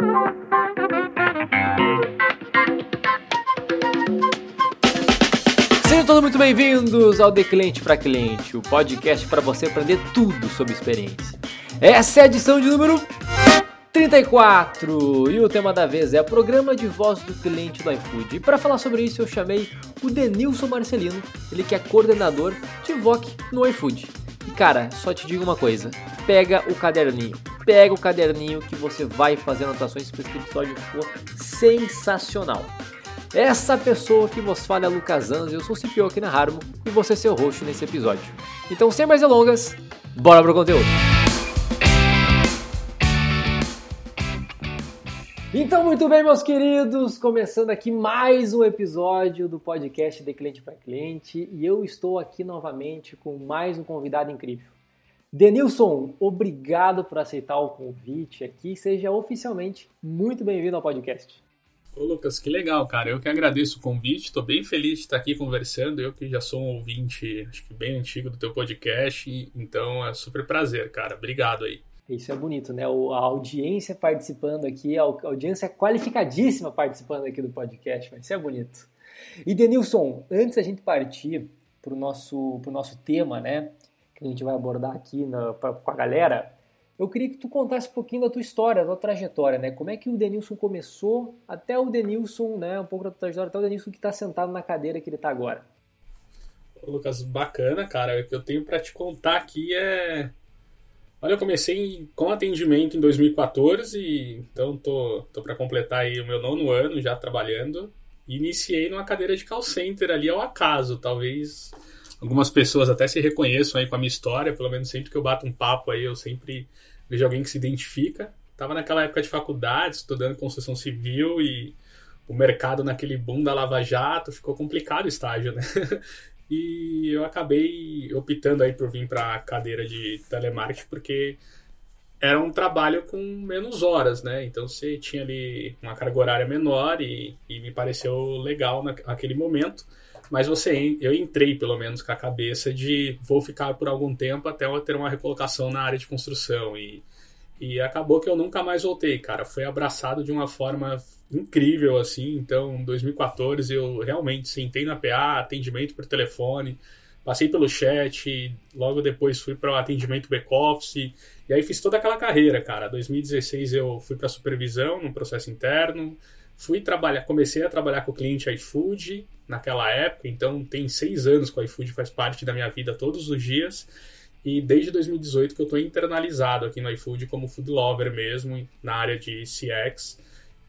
Sejam todos muito bem-vindos ao De Cliente para Cliente, o podcast para você aprender tudo sobre experiência. Essa é a edição de número 34 e o tema da vez é o programa de voz do cliente do iFood. E para falar sobre isso eu chamei o Denilson Marcelino, ele que é coordenador de VOC no iFood. E cara, só te digo uma coisa, pega o caderninho que você vai fazer anotações, porque esse episódio ficou sensacional. Essa pessoa que vos fala é Lucas Anjos, eu sou o CPO aqui na Harmo e você é seu host nesse episódio. Então, sem mais delongas, bora pro conteúdo! Então, muito bem, meus queridos, começando aqui mais um episódio do podcast De Cliente para Cliente e eu estou aqui novamente com mais um convidado incrível. Denilson, obrigado por aceitar o convite aqui, seja oficialmente muito bem-vindo ao podcast. Ô Lucas, que legal, cara. Eu que agradeço o convite, estou bem feliz de estar aqui conversando. Eu que já sou um ouvinte, acho que bem antigo do teu podcast, então é super prazer, cara. Obrigado aí. Isso é bonito, né? A audiência participando aqui, a audiência qualificadíssima participando aqui do podcast, mas isso é bonito. E Denilson, antes da gente partir pro nosso tema, né, que a gente vai abordar aqui com a galera, eu queria que tu contasse um pouquinho da tua história, da tua trajetória, né? Como é que o Denilson começou até o Denilson, né? Um pouco da tua trajetória até o Denilson que está sentado na cadeira que ele está agora. Ô, Lucas, bacana, cara. O que eu tenho para te contar aqui é... Olha, eu comecei com atendimento em 2014, então tô para completar aí o meu 9º ano já trabalhando. Iniciei numa cadeira de call center ali ao acaso, talvez... Algumas pessoas até se reconheçam aí com a minha história, pelo menos sempre que eu bato um papo aí, eu sempre vejo alguém que se identifica. Tava naquela época de faculdade, estudando construção civil e o mercado naquele boom da Lava Jato, ficou complicado o estágio, né? E eu acabei optando aí por vir para a cadeira de telemarketing, porque era um trabalho com menos horas, né? Então você tinha ali uma carga horária menor e me pareceu legal naquele momento. Mas eu entrei pelo menos com a cabeça de vou ficar por algum tempo até eu ter uma recolocação na área de construção. E acabou que eu nunca mais voltei, cara. Foi abraçado de uma forma incrível, assim. Então, em 2014, eu realmente sentei na PA, atendimento por telefone, passei pelo chat, logo depois fui para o atendimento back-office, e aí fiz toda aquela carreira, cara. Em 2016 eu fui para supervisão no processo interno, comecei a trabalhar com o cliente iFood naquela época, então tem 6 anos que o iFood faz parte da minha vida todos os dias, e desde 2018 que eu estou internalizado aqui no iFood como food lover mesmo, na área de CX,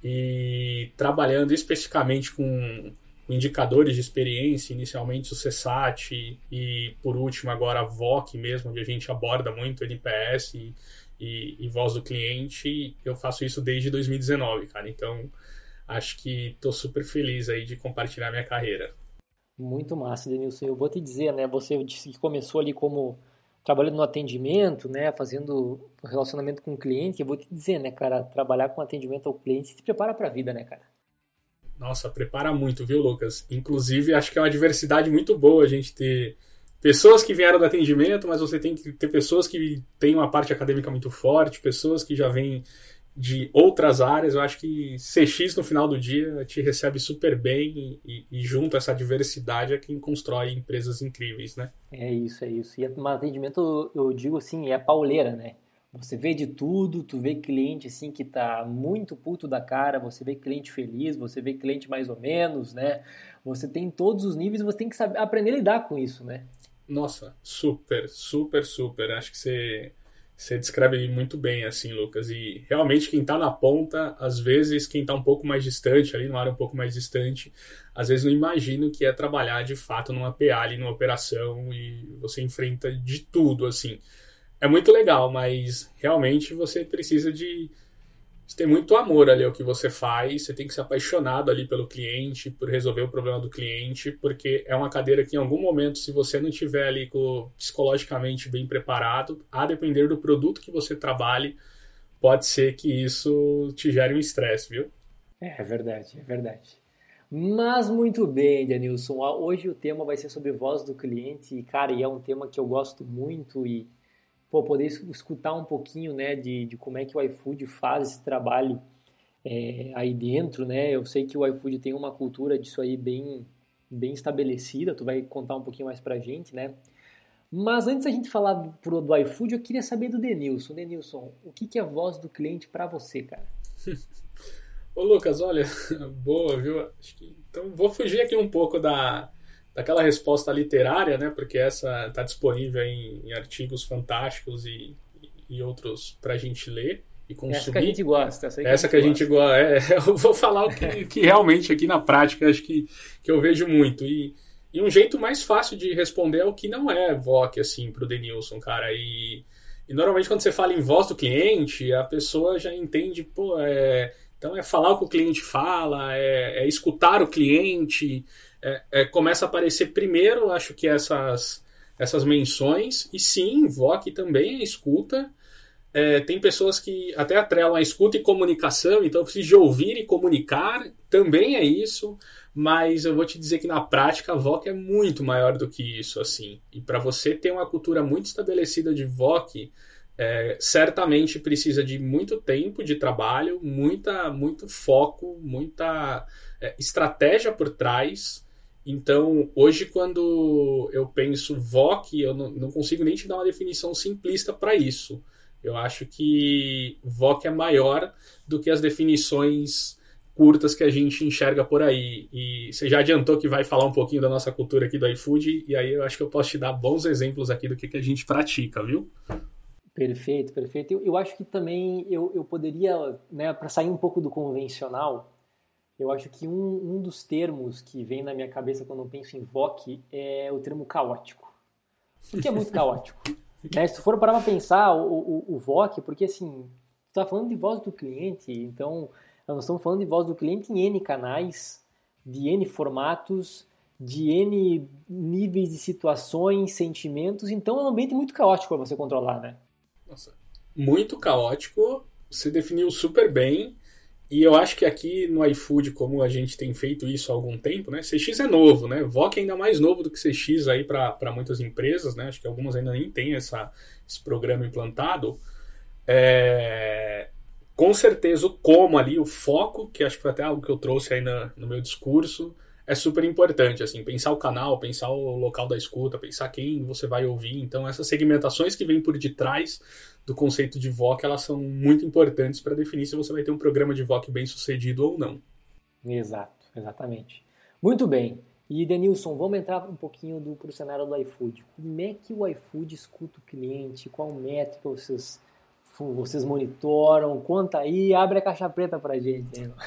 e trabalhando especificamente com indicadores de experiência, inicialmente o CSAT e por último agora a VOC mesmo, onde a gente aborda muito NPS e voz do cliente. Eu faço isso desde 2019, cara, então acho que estou super feliz aí de compartilhar minha carreira. Muito massa, Denilson. Eu vou te dizer, né? Você disse que começou ali como trabalhando no atendimento, né? Fazendo relacionamento com o cliente. Eu vou te dizer, né, cara? Trabalhar com atendimento ao cliente te prepara para a vida, né, cara? Nossa, prepara muito, viu, Lucas? Inclusive, acho que é uma diversidade muito boa a gente ter pessoas que vieram do atendimento, mas você tem que ter pessoas que têm uma parte acadêmica muito forte, pessoas que já vêm de outras áreas. Eu acho que CX no final do dia te recebe super bem e junto a essa diversidade é quem constrói empresas incríveis, né? É isso. E o atendimento, eu digo assim, é a pauleira, né? Você vê de tudo, tu vê cliente assim que tá muito puto da cara, você vê cliente feliz, você vê cliente mais ou menos, né? Você tem todos os níveis e você tem que saber aprender a lidar com isso, né? Nossa, super. Acho que você descreve muito bem, assim, Lucas. E realmente quem tá na ponta, às vezes quem tá um pouco mais distante, ali numa área um pouco mais distante, às vezes não imagina o que é trabalhar de fato numa PA ali, numa operação, e você enfrenta de tudo, assim. É muito legal, mas realmente você precisa de ter muito amor ali ao que você faz, você tem que ser apaixonado ali pelo cliente, por resolver o problema do cliente, porque é uma cadeira que em algum momento, se você não estiver ali psicologicamente bem preparado, a depender do produto que você trabalhe, pode ser que isso te gere um estresse, viu? É verdade. Mas muito bem, Denilson. Hoje o tema vai ser sobre voz do cliente e, cara, é um tema que eu gosto muito e poder escutar um pouquinho, né, de como é que o iFood faz esse trabalho aí dentro, né? Eu sei que o iFood tem uma cultura disso aí bem estabelecida, tu vai contar um pouquinho mais pra gente, né? Mas antes da gente falar do iFood, eu queria saber do Denilson. Denilson, o que é a voz do cliente pra você, cara? Ô Lucas, olha, boa, viu? Então vou fugir aqui um pouco daquela resposta literária, né? Porque essa está disponível em artigos fantásticos e outros para a gente ler e consumir. Essa que a gente gosta. Essa que a gente gosta. Eu vou falar o que realmente aqui na prática acho que eu vejo muito. E um jeito mais fácil de responder é o que não é VOC, assim, pro Denilson, cara. E normalmente quando você fala em voz do cliente, a pessoa já entende, pô, então é falar o que o cliente fala, é escutar o cliente, começa a aparecer primeiro, acho que essas menções, e sim, VOC também é escuta. Tem pessoas que até atrelam a escuta e comunicação, então eu preciso de ouvir e comunicar, também é isso, mas eu vou te dizer que na prática a VOC é muito maior do que isso, assim. E para você ter uma cultura muito estabelecida de VOC, certamente precisa de muito tempo de trabalho, muito foco, muita estratégia por trás. Então, hoje, quando eu penso VOC, eu não consigo nem te dar uma definição simplista para isso. Eu acho que VOC é maior do que as definições curtas que a gente enxerga por aí. E você já adiantou que vai falar um pouquinho da nossa cultura aqui do iFood, e aí eu acho que eu posso te dar bons exemplos aqui do que a gente pratica, viu? Perfeito, perfeito. Eu acho que também eu poderia, né, para sair um pouco do convencional, eu acho que um dos termos que vem na minha cabeça quando eu penso em VOC é o termo caótico. Porque é muito caótico. Né? Se tu for parar para pensar, o VOC, porque assim, tu tá falando de voz do cliente, então nós estamos falando de voz do cliente em N canais, de N formatos, de N níveis de situações, sentimentos, então é um ambiente muito caótico para você controlar, né? Nossa, muito caótico, você definiu super bem, e eu acho que aqui no iFood, como a gente tem feito isso há algum tempo, né? CX é novo, né? VOC é ainda mais novo do que CX aí para muitas empresas, né? Acho que algumas ainda nem têm esse programa implantado. Com certeza o como ali, o foco, que acho que foi até algo que eu trouxe aí no meu discurso, é super importante, assim, pensar o canal, pensar o local da escuta, pensar quem você vai ouvir. Então, essas segmentações que vêm por detrás do conceito de VOC, elas são muito importantes para definir se você vai ter um programa de VOC bem sucedido ou não. Exato, exatamente. Muito bem. E, Denilson, vamos entrar um pouquinho pro cenário do iFood. Como é que o iFood escuta o cliente? Qual métrica vocês monitoram? Conta aí, abre a caixa preta pra gente. Hein?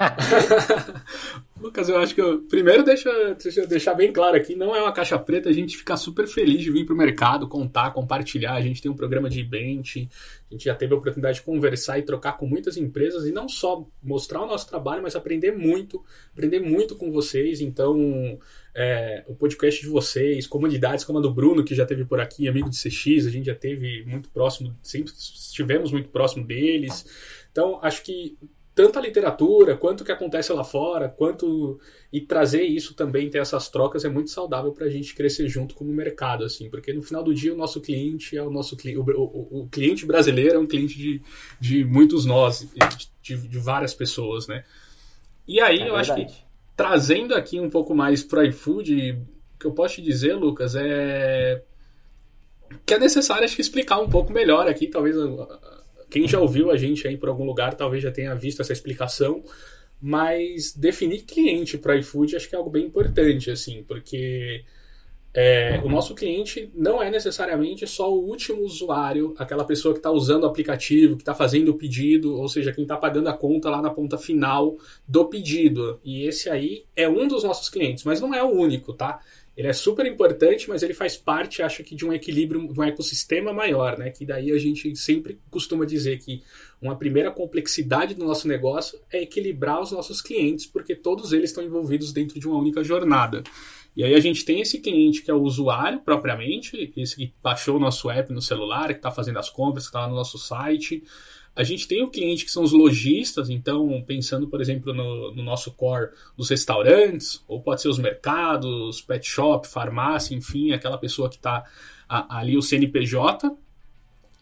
Lucas, eu acho que primeiro deixa eu deixar bem claro aqui, não é uma caixa preta, a gente fica super feliz de vir pro mercado, contar, compartilhar, a gente tem um programa de event, a gente já teve a oportunidade de conversar e trocar com muitas empresas e não só mostrar o nosso trabalho, mas aprender muito com vocês. Então, o podcast de vocês, comunidades como a do Bruno, que já esteve por aqui, amigo de CX, a gente já esteve muito próximo, sempre estivemos muito próximo deles. Então, acho que tanto a literatura, quanto o que acontece lá fora, e trazer isso também, ter essas trocas, é muito saudável para a gente crescer junto como mercado, assim, porque no final do dia o nosso cliente é o nosso cliente, o cliente brasileiro é um cliente de muitos nós, de várias pessoas, né? E aí eu acho que, trazendo aqui um pouco mais para o iFood, o que eu posso te dizer, Lucas, é que é necessário, acho que, explicar um pouco melhor aqui, talvez quem já ouviu a gente aí por algum lugar talvez já tenha visto essa explicação, mas definir cliente para iFood acho que é algo bem importante, assim, porque o nosso cliente não é necessariamente só o último usuário, aquela pessoa que está usando o aplicativo, que está fazendo o pedido, ou seja, quem está pagando a conta lá na ponta final do pedido. E esse aí é um dos nossos clientes, mas não é o único, tá? Ele é super importante, mas ele faz parte, acho que, de um equilíbrio, de um ecossistema maior, né? Que daí a gente sempre costuma dizer que uma primeira complexidade do nosso negócio é equilibrar os nossos clientes, porque todos eles estão envolvidos dentro de uma única jornada. E aí a gente tem esse cliente que é o usuário propriamente, esse que baixou o nosso app no celular, que está fazendo as compras, que está lá no nosso site. A gente tem o cliente que são os lojistas, então pensando, por exemplo, no nosso core dos restaurantes, ou pode ser os mercados, pet shop, farmácia, enfim, aquela pessoa que está ali, o CNPJ.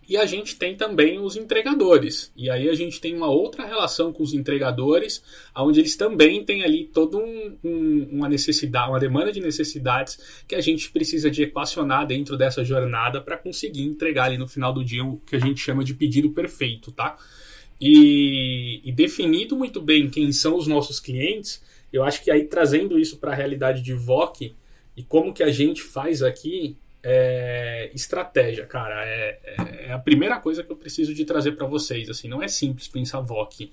E a gente tem também os entregadores. E aí a gente tem uma outra relação com os entregadores, onde eles também têm ali toda uma necessidade, uma demanda de necessidades que a gente precisa de equacionar dentro dessa jornada para conseguir entregar ali no final do dia o que a gente chama de pedido perfeito, tá? E definido muito bem quem são os nossos clientes, eu acho que aí trazendo isso para a realidade de VOC e como que a gente faz aqui, estratégia, cara, é a primeira coisa que eu preciso de trazer para vocês. Assim, não é simples pensar VOC.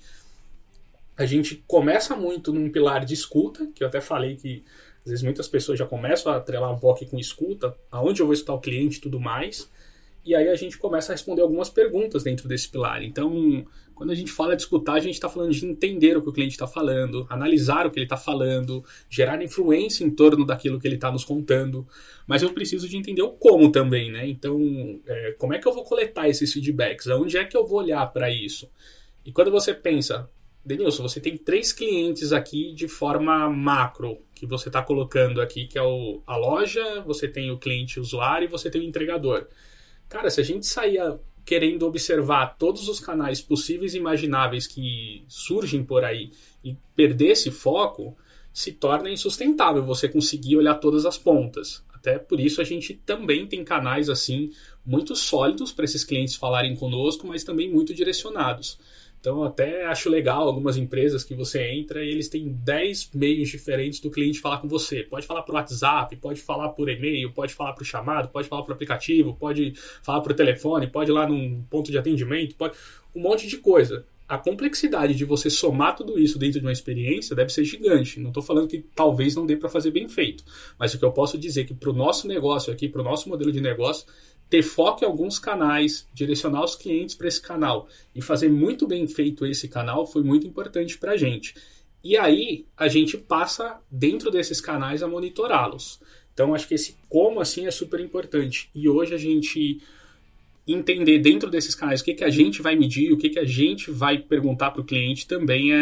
A gente começa muito num pilar de escuta, que eu até falei que às vezes muitas pessoas já começam a atrelar VOC com escuta, aonde eu vou escutar o cliente e tudo mais, e aí a gente começa a responder algumas perguntas dentro desse pilar. Então, quando a gente fala de escutar, a gente está falando de entender o que o cliente está falando, analisar o que ele está falando, gerar influência em torno daquilo que ele está nos contando. Mas eu preciso de entender o como também, né? Então, como é que eu vou coletar esses feedbacks? Aonde é que eu vou olhar para isso? E quando você pensa, Denilson, você tem 3 clientes aqui de forma macro, que você está colocando aqui, que é a loja, você tem o cliente usuário e você tem o entregador. Cara, se a gente sair querendo observar todos os canais possíveis e imagináveis que surgem por aí e perder esse foco, se torna insustentável você conseguir olhar todas as pontas. Até por isso a gente também tem canais assim muito sólidos para esses clientes falarem conosco, mas também muito direcionados. Então eu até acho legal algumas empresas que você entra e eles têm 10 meios diferentes do cliente falar com você. Pode falar por WhatsApp, pode falar por e-mail, pode falar por chamado, pode falar por aplicativo, pode falar por telefone, pode ir lá num ponto de atendimento, pode um monte de coisa. A complexidade de você somar tudo isso dentro de uma experiência deve ser gigante. Não estou falando que talvez não dê para fazer bem feito, mas o que eu posso dizer é que para o nosso negócio aqui, para o nosso modelo de negócio, ter foco em alguns canais, direcionar os clientes para esse canal e fazer muito bem feito esse canal foi muito importante para a gente. E aí a gente passa dentro desses canais a monitorá-los. Então acho que esse como assim é super importante. E hoje a gente entender dentro desses canais o que a gente vai medir, o que a gente vai perguntar para o cliente também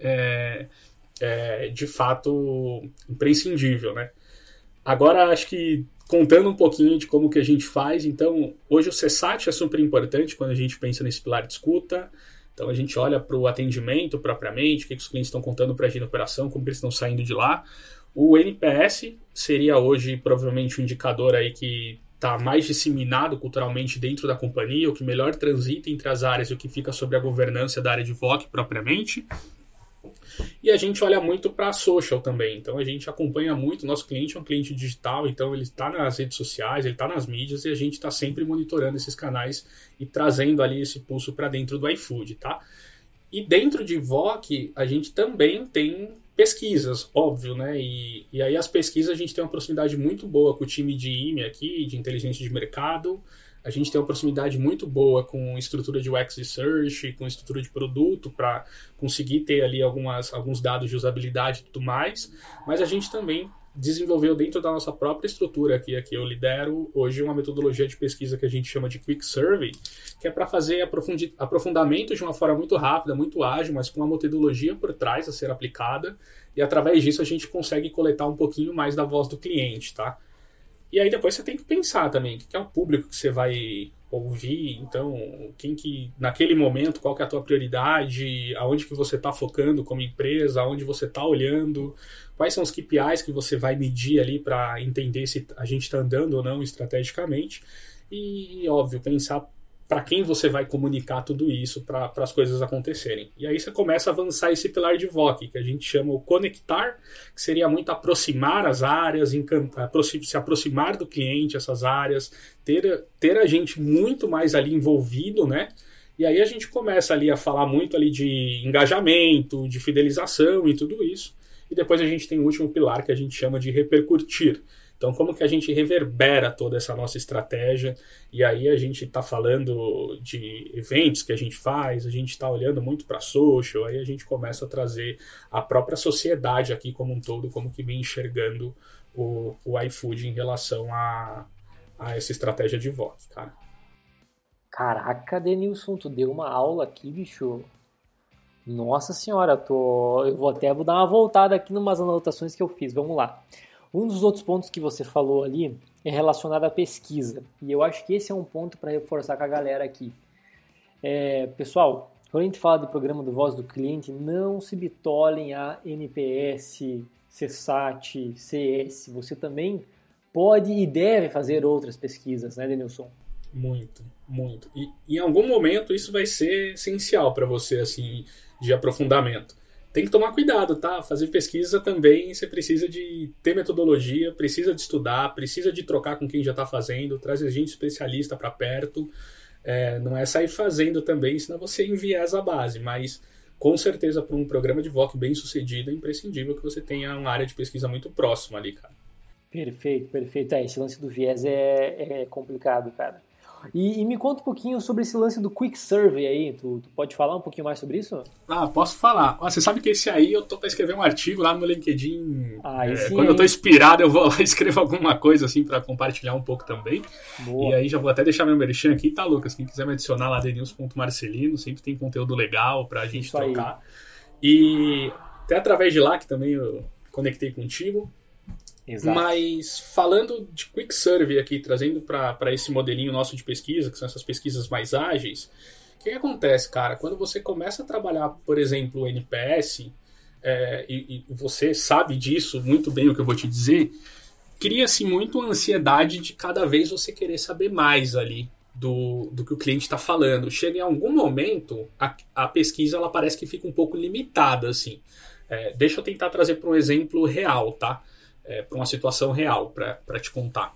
é de fato imprescindível, né? Agora acho que contando um pouquinho de como que a gente faz, então hoje o CSAT é super importante quando a gente pensa nesse pilar de escuta. Então a gente olha para o atendimento propriamente, o que os clientes estão contando para a gente na operação, como que eles estão saindo de lá. O NPS seria hoje provavelmente um indicador aí que está mais disseminado culturalmente dentro da companhia, o que melhor transita entre as áreas e o que fica sobre a governança da área de VOC propriamente. E a gente olha muito para a social também, então a gente acompanha muito, nosso cliente é um cliente digital, então ele está nas redes sociais, ele está nas mídias e a gente está sempre monitorando esses canais e trazendo ali esse pulso para dentro do iFood, tá? E dentro de VOC a gente também tem pesquisas, óbvio, né? E aí as pesquisas a gente tem uma proximidade muito boa com o time de IME aqui, de inteligência de mercado. A gente tem uma proximidade muito boa com estrutura de UX Research, com estrutura de produto, para conseguir ter ali alguns dados de usabilidade e tudo mais. Mas a gente também desenvolveu dentro da nossa própria estrutura aqui eu lidero hoje uma metodologia de pesquisa que a gente chama de Quick Survey, que é para fazer aprofundamento de uma forma muito rápida, muito ágil, mas com uma metodologia por trás a ser aplicada. E através disso a gente consegue coletar um pouquinho mais da voz do cliente, tá? E aí depois você tem que pensar também, o que é o público que você vai ouvir, então, quem que, naquele momento, qual que é a tua prioridade, aonde que você está focando como empresa, aonde você está olhando, quais são os KPIs que você vai medir ali para entender se a gente está andando ou não estrategicamente, e óbvio, pensar para quem você vai comunicar tudo isso para as coisas acontecerem. E aí você começa a avançar esse pilar de VOC, que a gente chama o conectar, que seria muito aproximar as áreas, se aproximar do cliente, essas áreas, ter a gente muito mais ali envolvido, né? E aí a gente começa ali a falar muito ali de engajamento, de fidelização e tudo isso. E depois a gente tem o último pilar que a gente chama de repercutir. Então, como que a gente reverbera toda essa nossa estratégia? E aí a gente está falando de eventos que a gente faz, a gente está olhando muito para social, aí a gente começa a trazer a própria sociedade aqui como um todo, como que vem enxergando o iFood em relação a essa estratégia de VOC, cara. Caraca, Denilson, tu deu uma aula aqui, bicho. Nossa senhora, eu vou até dar uma voltada aqui numas anotações que eu fiz. Vamos lá. Um dos outros pontos que você falou ali é relacionado à pesquisa. E eu acho que esse é um ponto para reforçar com a galera aqui. Pessoal, quando a gente fala de programa do Voz do Cliente, não se bitolem a NPS, CSAT, CS. Você também pode e deve fazer outras pesquisas, né, Denilson? Muito, muito. E em algum momento isso vai ser essencial para você, assim, de aprofundamento. Tem que tomar cuidado, tá? Fazer pesquisa também, você precisa de ter metodologia, precisa de estudar, precisa de trocar com quem já está fazendo, trazer gente especialista para perto. Não é sair fazendo também, senão você enviesa a base, mas com certeza para um programa de VOC bem sucedido é imprescindível que você tenha uma área de pesquisa muito próxima ali, cara. Perfeito, perfeito. Esse lance do viés é complicado, cara. E me conta um pouquinho sobre esse lance do Quick Survey aí. Tu pode falar um pouquinho mais sobre isso? Posso falar. Você sabe que esse aí eu tô para escrever um artigo lá no meu LinkedIn. Sim, quando eu tô inspirado, eu vou lá e escrevo alguma coisa assim para compartilhar um pouco também. Boa. E aí já vou até deixar meu merchan aqui, tá, Lucas? Quem quiser me adicionar lá, denilson.marcelino, sempre tem conteúdo legal pra gente isso trocar. Aí. E até através de lá, que também eu conectei contigo. Exato. Mas falando de Quick Survey aqui, trazendo para esse modelinho nosso de pesquisa, que são essas pesquisas mais ágeis, o que acontece, cara? Quando você começa a trabalhar, por exemplo, o NPS, e você sabe disso muito bem o que eu vou te dizer, cria-se muito a ansiedade de cada vez você querer saber mais ali do que o cliente está falando. Chega em algum momento, a pesquisa ela parece que fica um pouco limitada, assim. Deixa eu tentar trazer para um exemplo real, tá? Para uma situação real, para te contar.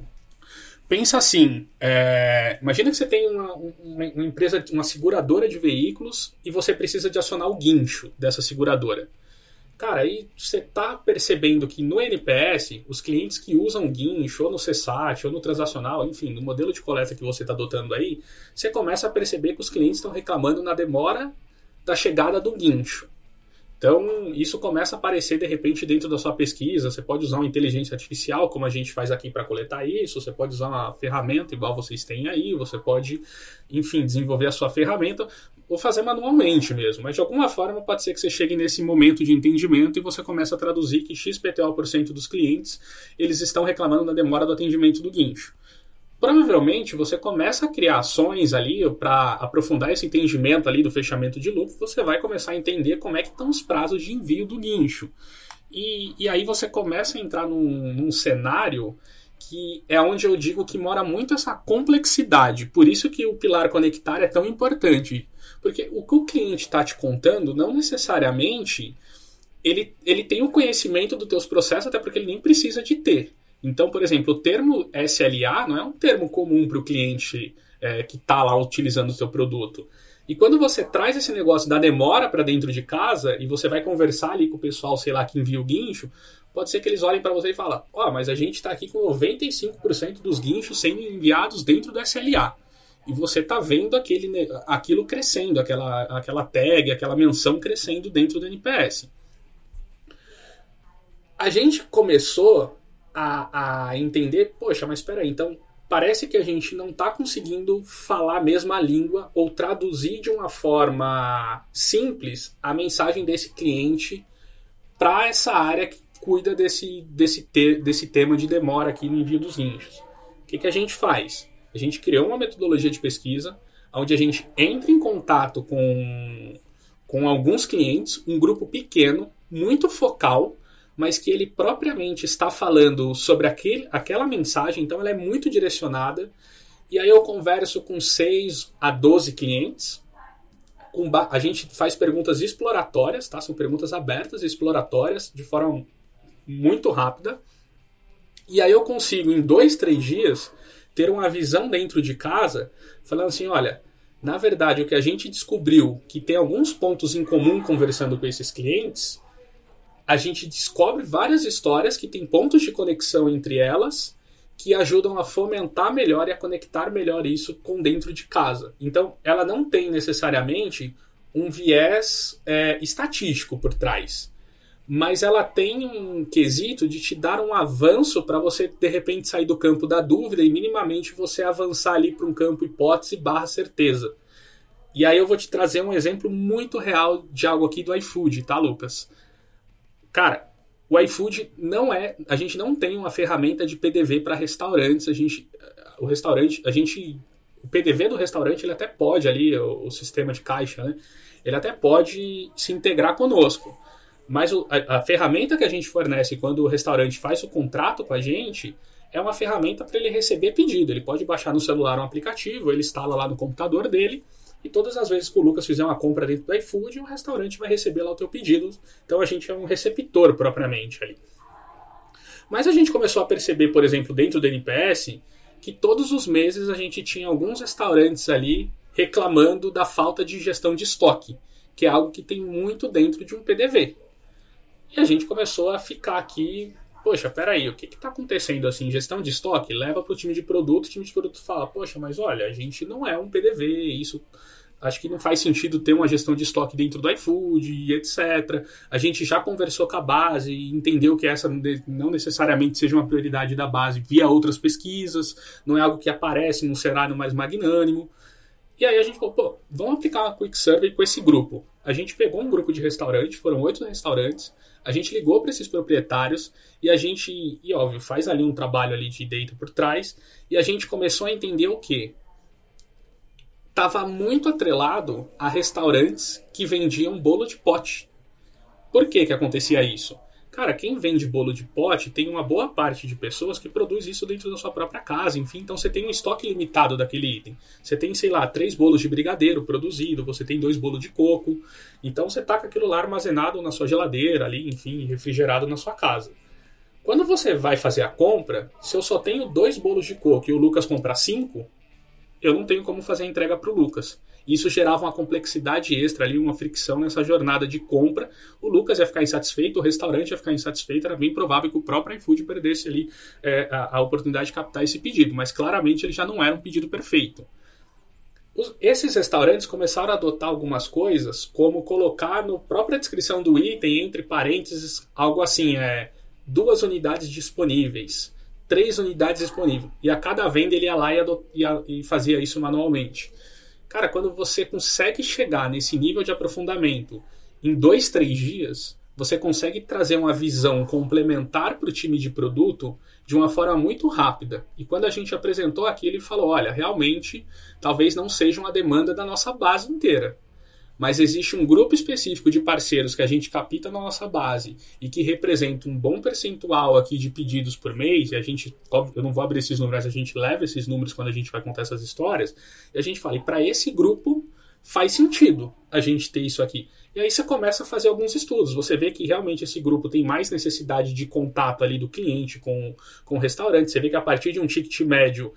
Pensa assim, imagina que você tem uma empresa, uma seguradora de veículos e você precisa de acionar o guincho dessa seguradora. Cara, aí você está percebendo que no NPS, os clientes que usam guincho, ou no CSAT, ou no transacional, enfim, no modelo de coleta que você está adotando aí, você começa a perceber que os clientes estão reclamando na demora da chegada do guincho. Então, isso começa a aparecer, de repente, dentro da sua pesquisa. Você pode usar uma inteligência artificial, como a gente faz aqui para coletar isso. Você pode usar uma ferramenta igual vocês têm aí. Você pode, enfim, desenvolver a sua ferramenta ou fazer manualmente mesmo. Mas, de alguma forma, pode ser que você chegue nesse momento de entendimento e você começa a traduzir que XPTO% dos clientes eles estão reclamando da demora do atendimento do guincho. Provavelmente você começa a criar ações ali para aprofundar esse entendimento ali do fechamento de lucro, você vai começar a entender como é que estão os prazos de envio do guincho. E aí você começa a entrar num cenário que é onde eu digo que mora muito essa complexidade. Por isso que o pilar conectar é tão importante. Porque o que o cliente está te contando, não necessariamente ele tem o conhecimento dos teus processos, até porque ele nem precisa de ter. Então, por exemplo, o termo SLA não é um termo comum para o cliente que está lá utilizando o seu produto. E quando você traz esse negócio da demora para dentro de casa e você vai conversar ali com o pessoal, sei lá, que envia o guincho, pode ser que eles olhem para você e falem, mas a gente está aqui com 95% dos guinchos sendo enviados dentro do SLA. E você está vendo aquilo crescendo, aquela tag, aquela menção crescendo dentro do NPS. A gente começou a entender, poxa, mas espera aí, então parece que a gente não está conseguindo falar a mesma língua ou traduzir de uma forma simples a mensagem desse cliente para essa área que cuida desse tema de demora aqui no envio dos guinchos. O que a gente faz? A gente criou uma metodologia de pesquisa onde a gente entra em contato com alguns clientes, um grupo pequeno, muito focal, mas que ele propriamente está falando sobre aquela mensagem, então ela é muito direcionada. E aí eu converso com 6 a 12 clientes. A gente faz perguntas exploratórias, tá? São perguntas abertas e exploratórias, de forma muito rápida. E aí eu consigo, em 2, 3 dias, ter uma visão dentro de casa, falando assim, olha, na verdade o que a gente descobriu, que tem alguns pontos em comum conversando com esses clientes, a gente descobre várias histórias que têm pontos de conexão entre elas que ajudam a fomentar melhor e a conectar melhor isso com dentro de casa. Então, ela não tem necessariamente um viés estatístico por trás, mas ela tem um quesito de te dar um avanço para você, de repente, sair do campo da dúvida e minimamente você avançar ali para um campo hipótese/certeza. E aí eu vou te trazer um exemplo muito real de algo aqui do iFood, tá, Lucas? Cara, O iFood não é... A gente não tem uma ferramenta de PDV para restaurantes. O PDV do restaurante, ele até pode ali, o sistema de caixa, né? Ele até pode se integrar conosco. Mas a ferramenta que a gente fornece quando o restaurante faz o contrato com a gente é uma ferramenta para ele receber pedido. Ele pode baixar no celular um aplicativo, ele instala lá no computador dele, e todas as vezes que o Lucas fizer uma compra dentro do iFood, o restaurante vai receber lá o teu pedido. Então a gente é um receptor propriamente ali. Mas a gente começou a perceber, por exemplo, dentro do NPS, que todos os meses a gente tinha alguns restaurantes ali reclamando da falta de gestão de estoque, que é algo que tem muito dentro de um PDV. E a gente começou a ficar aqui, poxa, peraí, o que está acontecendo assim? Gestão de estoque leva para o time de produto, o time de produto fala, poxa, mas olha, a gente não é um PDV, isso acho que não faz sentido ter uma gestão de estoque dentro do iFood e etc. A gente já conversou com a base e entendeu que essa não necessariamente seja uma prioridade da base via outras pesquisas, não é algo que aparece num cenário mais magnânimo. E aí a gente falou, pô, vamos aplicar uma Quick Survey com esse grupo. A gente pegou um grupo de restaurantes, foram 8 restaurantes, a gente ligou para esses proprietários e a gente, e óbvio, faz ali um trabalho ali de data por trás, e a gente começou a entender o quê? Estava muito atrelado a restaurantes que vendiam bolo de pote. Por que acontecia isso? Cara, quem vende bolo de pote tem uma boa parte de pessoas que produz isso dentro da sua própria casa, enfim, então você tem um estoque limitado daquele item. Você tem, sei lá, 3 bolos de brigadeiro produzido, você tem 2 bolos de coco, então você tá com aquilo lá armazenado na sua geladeira ali, enfim, refrigerado na sua casa. Quando você vai fazer a compra, se eu só tenho 2 bolos de coco e o Lucas comprar 5, eu não tenho como fazer a entrega para o Lucas. Isso gerava uma complexidade extra ali, uma fricção nessa jornada de compra. O Lucas ia ficar insatisfeito, o restaurante ia ficar insatisfeito, era bem provável que o próprio iFood perdesse ali a oportunidade de captar esse pedido, mas claramente ele já não era um pedido perfeito. Esses restaurantes começaram a adotar algumas coisas, como colocar na própria descrição do item, entre parênteses, algo assim, 2 unidades disponíveis, 3 unidades disponíveis, e a cada venda ele ia lá e fazia isso manualmente. Cara, quando você consegue chegar nesse nível de aprofundamento em 2, 3 dias, você consegue trazer uma visão complementar para o time de produto de uma forma muito rápida. E quando a gente apresentou aqui, ele falou, olha, realmente, talvez não seja uma demanda da nossa base inteira. Mas existe um grupo específico de parceiros que a gente capta na nossa base e que representa um bom percentual aqui de pedidos por mês, e a gente, óbvio, eu não vou abrir esses números, a gente leva esses números quando a gente vai contar essas histórias, e a gente fala, e para esse grupo faz sentido a gente ter isso aqui. E aí você começa a fazer alguns estudos, você vê que realmente esse grupo tem mais necessidade de contato ali do cliente com o restaurante, você vê que a partir de um ticket médio,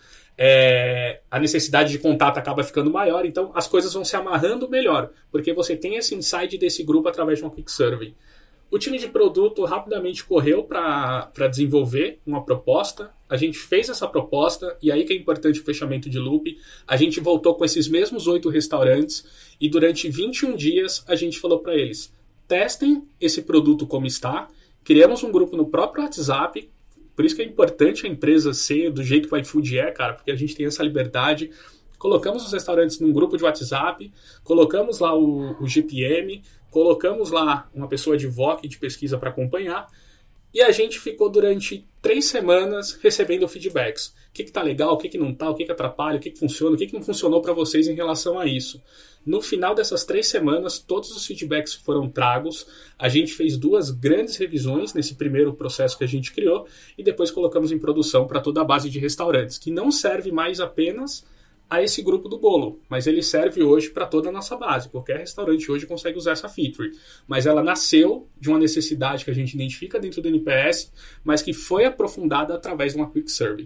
a necessidade de contato acaba ficando maior, então as coisas vão se amarrando melhor, porque você tem esse insight desse grupo através de uma Quick Survey. O time de produto rapidamente correu para desenvolver uma proposta, a gente fez essa proposta, e aí que é importante o fechamento de loop, a gente voltou com esses mesmos 8 restaurantes, e durante 21 dias a gente falou para eles, testem esse produto como está, criamos um grupo no próprio WhatsApp. Por isso que é importante a empresa ser do jeito que o iFood cara, porque a gente tem essa liberdade. Colocamos os restaurantes num grupo de WhatsApp, colocamos lá o GPM, colocamos lá uma pessoa de VOC, de pesquisa para acompanhar, e a gente ficou durante 3 semanas recebendo feedbacks. O que está legal, o que não está, o que atrapalha, o que funciona, o que não funcionou para vocês em relação a isso. No final dessas 3 semanas, todos os feedbacks foram tragos. A gente fez 2 grandes revisões nesse primeiro processo que a gente criou e depois colocamos em produção para toda a base de restaurantes, que não serve mais apenas a esse grupo do bolo, mas ele serve hoje para toda a nossa base. Qualquer restaurante hoje consegue usar essa feature, mas ela nasceu de uma necessidade que a gente identifica dentro do NPS, mas que foi aprofundada através de uma Quick Survey.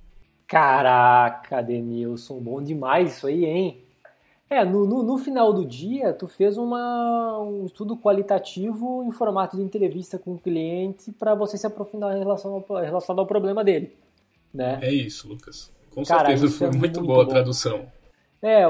Caraca, Denilson, bom demais isso aí, hein? No final do dia, tu fez um estudo qualitativo em formato de entrevista com o cliente para você se aprofundar em relação ao problema dele, né? É isso, Lucas. Com certeza foi muito boa a tradução. É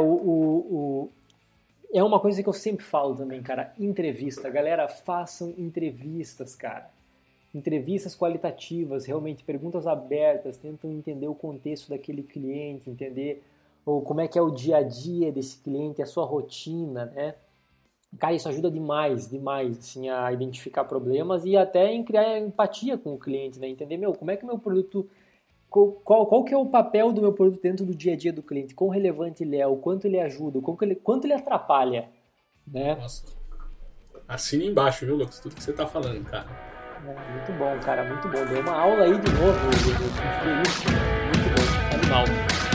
uma coisa que eu sempre falo também, cara, entrevista. Galera, façam entrevistas, cara. Entrevistas qualitativas, realmente perguntas abertas, tentam entender o contexto daquele cliente, entender ou como é que é o dia a dia desse cliente, a sua rotina, né? Cara, isso ajuda demais, assim, a identificar problemas e até em criar empatia com o cliente, né? Entender, como é que o meu produto... Qual que é o papel do meu produto dentro do dia a dia do cliente? Quão relevante ele é? O quanto ele ajuda? Quanto ele atrapalha? Né? Nossa. Assina embaixo, viu, Lucas? Tudo que você tá falando, cara. Muito bom, cara. Muito bom. Deu uma aula aí de novo. Muito bom. Animal.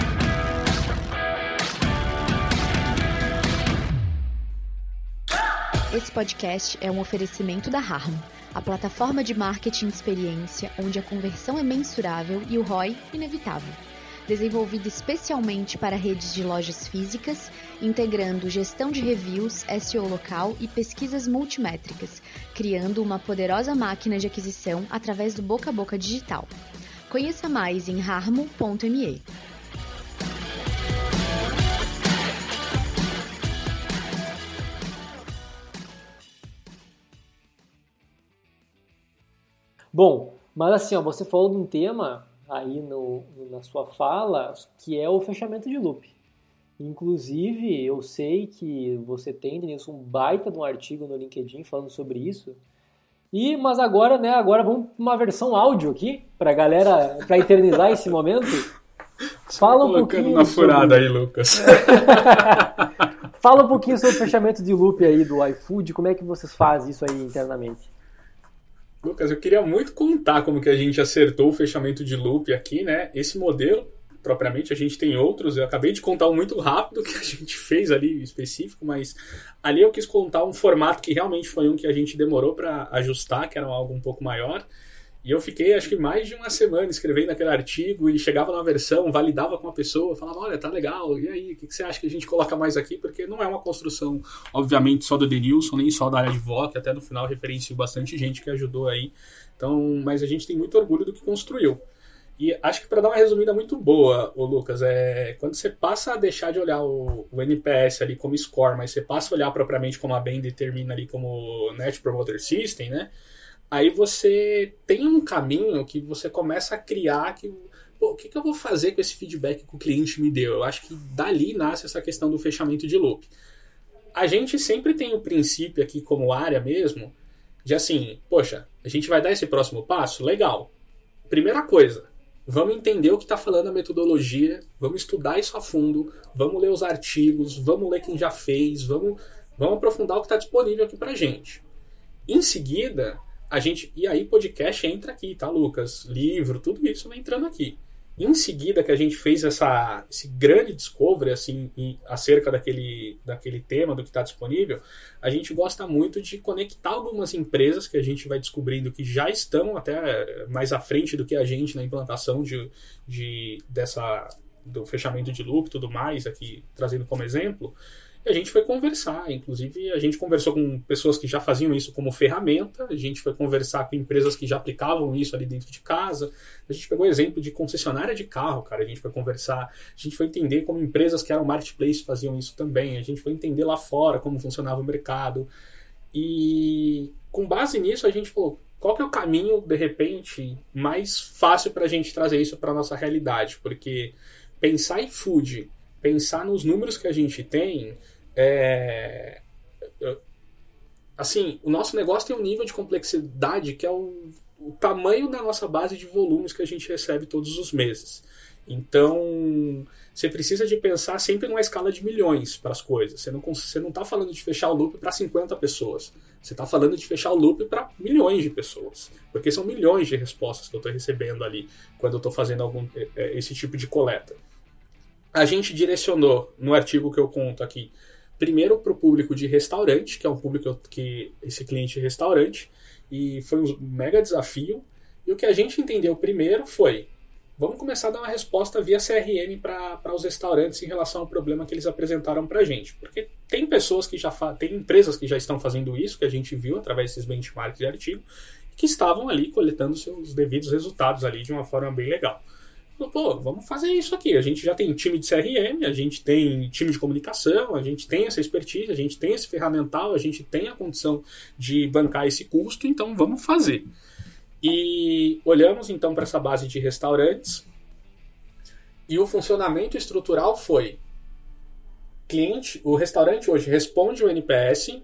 Esse podcast é um oferecimento da Harmo, a plataforma de marketing de experiência onde a conversão é mensurável e o ROI inevitável. Desenvolvida especialmente para redes de lojas físicas, integrando gestão de reviews, SEO local e pesquisas multimétricas, criando uma poderosa máquina de aquisição através do boca a boca digital. Conheça mais em harmo.me. Bom, mas assim, você falou de um tema aí na sua fala, que é o fechamento de loop. Inclusive, eu sei que você tem, Denilson, um baita de um artigo no LinkedIn falando sobre isso. Mas agora, né, vamos para uma versão áudio aqui, para a galera, para eternizar esse momento. Fala um pouquinho na furada aí, Lucas. Fala um pouquinho sobre o fechamento de loop aí do iFood, como é que vocês fazem isso aí internamente? Lucas, eu queria muito contar como que a gente acertou o fechamento de loop aqui, né? Esse modelo, propriamente, a gente tem outros. Eu acabei de contar um muito rápido que a gente fez ali específico, mas ali eu quis contar um formato que realmente foi um que a gente demorou para ajustar, que era algo um pouco maior. E eu fiquei, acho que mais de uma semana escrevendo aquele artigo e chegava na versão, validava com a pessoa, falava, olha, tá legal, e aí, o que você acha que a gente coloca mais aqui? Porque não é uma construção, obviamente, só do Denilson, nem só da área de VOC, até no final referencio bastante gente que ajudou aí. Então, mas a gente tem muito orgulho do que construiu. E acho que para dar uma resumida muito boa, Lucas, quando você passa a deixar de olhar o NPS ali como score, mas você passa a olhar propriamente como a BEM determina ali como Net Promoter System, né? Aí você tem um caminho que você começa a criar o que eu vou fazer com esse feedback que o cliente me deu? Eu acho que dali nasce essa questão do fechamento de loop. A gente sempre tem o princípio aqui como área mesmo, de assim, poxa, a gente vai dar esse próximo passo? Legal. Primeira coisa, vamos entender o que está falando a metodologia, vamos estudar isso a fundo, vamos ler os artigos, vamos ler quem já fez, vamos aprofundar o que está disponível aqui pra gente. Em seguida... E aí podcast entra aqui, tá, Lucas? Livro, tudo isso vai entrando aqui. Em seguida que a gente fez esse grande discovery assim, acerca daquele tema, do que está disponível, a gente gosta muito de conectar algumas empresas que a gente vai descobrindo que já estão até mais à frente do que a gente na implantação do fechamento de loop e tudo mais, aqui trazendo como exemplo. E a gente foi conversar, inclusive a gente conversou com pessoas que já faziam isso como ferramenta, a gente foi conversar com empresas que já aplicavam isso ali dentro de casa, a gente pegou exemplo de concessionária de carro, cara, a gente foi conversar, a gente foi entender como empresas que eram marketplace faziam isso também, a gente foi entender lá fora como funcionava o mercado, e com base nisso a gente falou, qual que é o caminho, de repente, mais fácil para a gente trazer isso para a nossa realidade, porque pensar em food, pensar nos números que a gente tem, assim, o nosso negócio tem um nível de complexidade que é o tamanho da nossa base de volumes que a gente recebe todos os meses. Então, você precisa de pensar sempre numa escala de milhões para as coisas. Você não está falando de fechar o loop para 50 pessoas. Você está falando de fechar o loop para milhões de pessoas. Porque são milhões de respostas que eu estou recebendo ali quando eu estou fazendo esse tipo de coleta. A gente direcionou, no artigo que eu conto aqui, primeiro para o público de restaurante, que é um público que esse cliente é restaurante, e foi um mega desafio. E o que a gente entendeu primeiro foi, vamos começar a dar uma resposta via CRM para os restaurantes em relação ao problema que eles apresentaram para a gente. Porque tem pessoas que tem empresas que já estão fazendo isso, que a gente viu através desses benchmarks de artigo, que estavam ali coletando seus devidos resultados ali de uma forma bem legal. Pô, vamos fazer isso aqui. A gente já tem time de CRM, a gente tem time de comunicação, a gente tem essa expertise, a gente tem esse ferramental, a gente tem a condição de bancar esse custo, então vamos fazer. E olhamos então para essa base de restaurantes e o funcionamento estrutural foi: o restaurante hoje responde o NPS,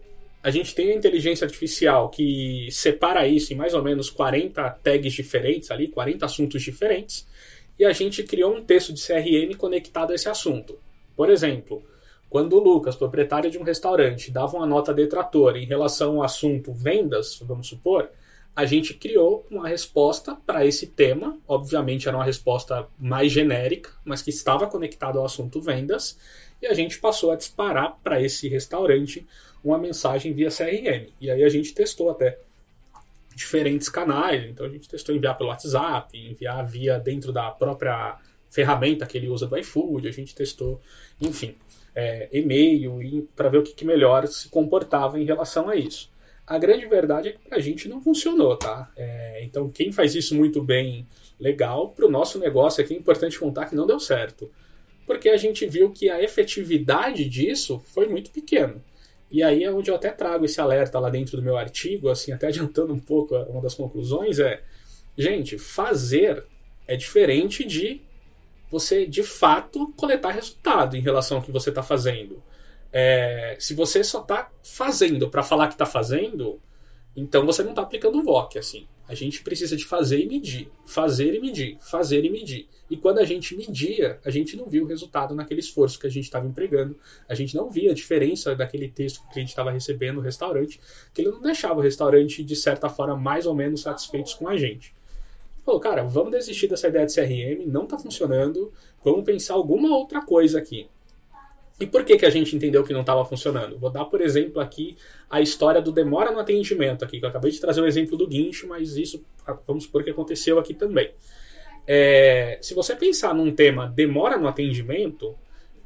a gente tem a inteligência artificial que separa isso em mais ou menos 40 tags diferentes ali, 40 assuntos diferentes, e a gente criou um texto de CRM conectado a esse assunto. Por exemplo, quando o Lucas, proprietário de um restaurante, dava uma nota detratora em relação ao assunto vendas, vamos supor, a gente criou uma resposta para esse tema. Obviamente era uma resposta mais genérica, mas que estava conectada ao assunto vendas, e a gente passou a disparar para esse restaurante uma mensagem via CRM. E aí a gente testou até diferentes canais. Então a gente testou enviar pelo WhatsApp, enviar via dentro da própria ferramenta que ele usa do iFood, a gente testou, enfim, e-mail, para ver o que melhor se comportava em relação a isso. A grande verdade é que pra gente não funcionou, tá? Então quem faz isso muito bem, legal. Pro nosso negócio aqui é importante contar que não deu certo. Porque a gente viu que a efetividade disso foi muito pequena. E aí é onde eu até trago esse alerta lá dentro do meu artigo, assim, até adiantando um pouco uma das conclusões, gente, fazer é diferente de você, de fato, coletar resultado em relação ao que você está fazendo. Se você só está fazendo para falar que está fazendo, então você não está aplicando o VOC, assim. A gente precisa de fazer e medir, fazer e medir, fazer e medir. E quando a gente media, a gente não viu o resultado naquele esforço que a gente estava empregando, a gente não via a diferença daquele texto que o cliente estava recebendo no restaurante, que ele não deixava o restaurante, de certa forma, mais ou menos satisfeitos com a gente. Falou, cara, vamos desistir dessa ideia de CRM, não está funcionando, vamos pensar alguma outra coisa aqui. E por que a gente entendeu que não estava funcionando? Vou dar, por exemplo, aqui a história do demora no atendimento, aqui, que eu acabei de trazer o exemplo do guincho, mas isso, vamos supor que aconteceu aqui também. Se você pensar num tema demora no atendimento,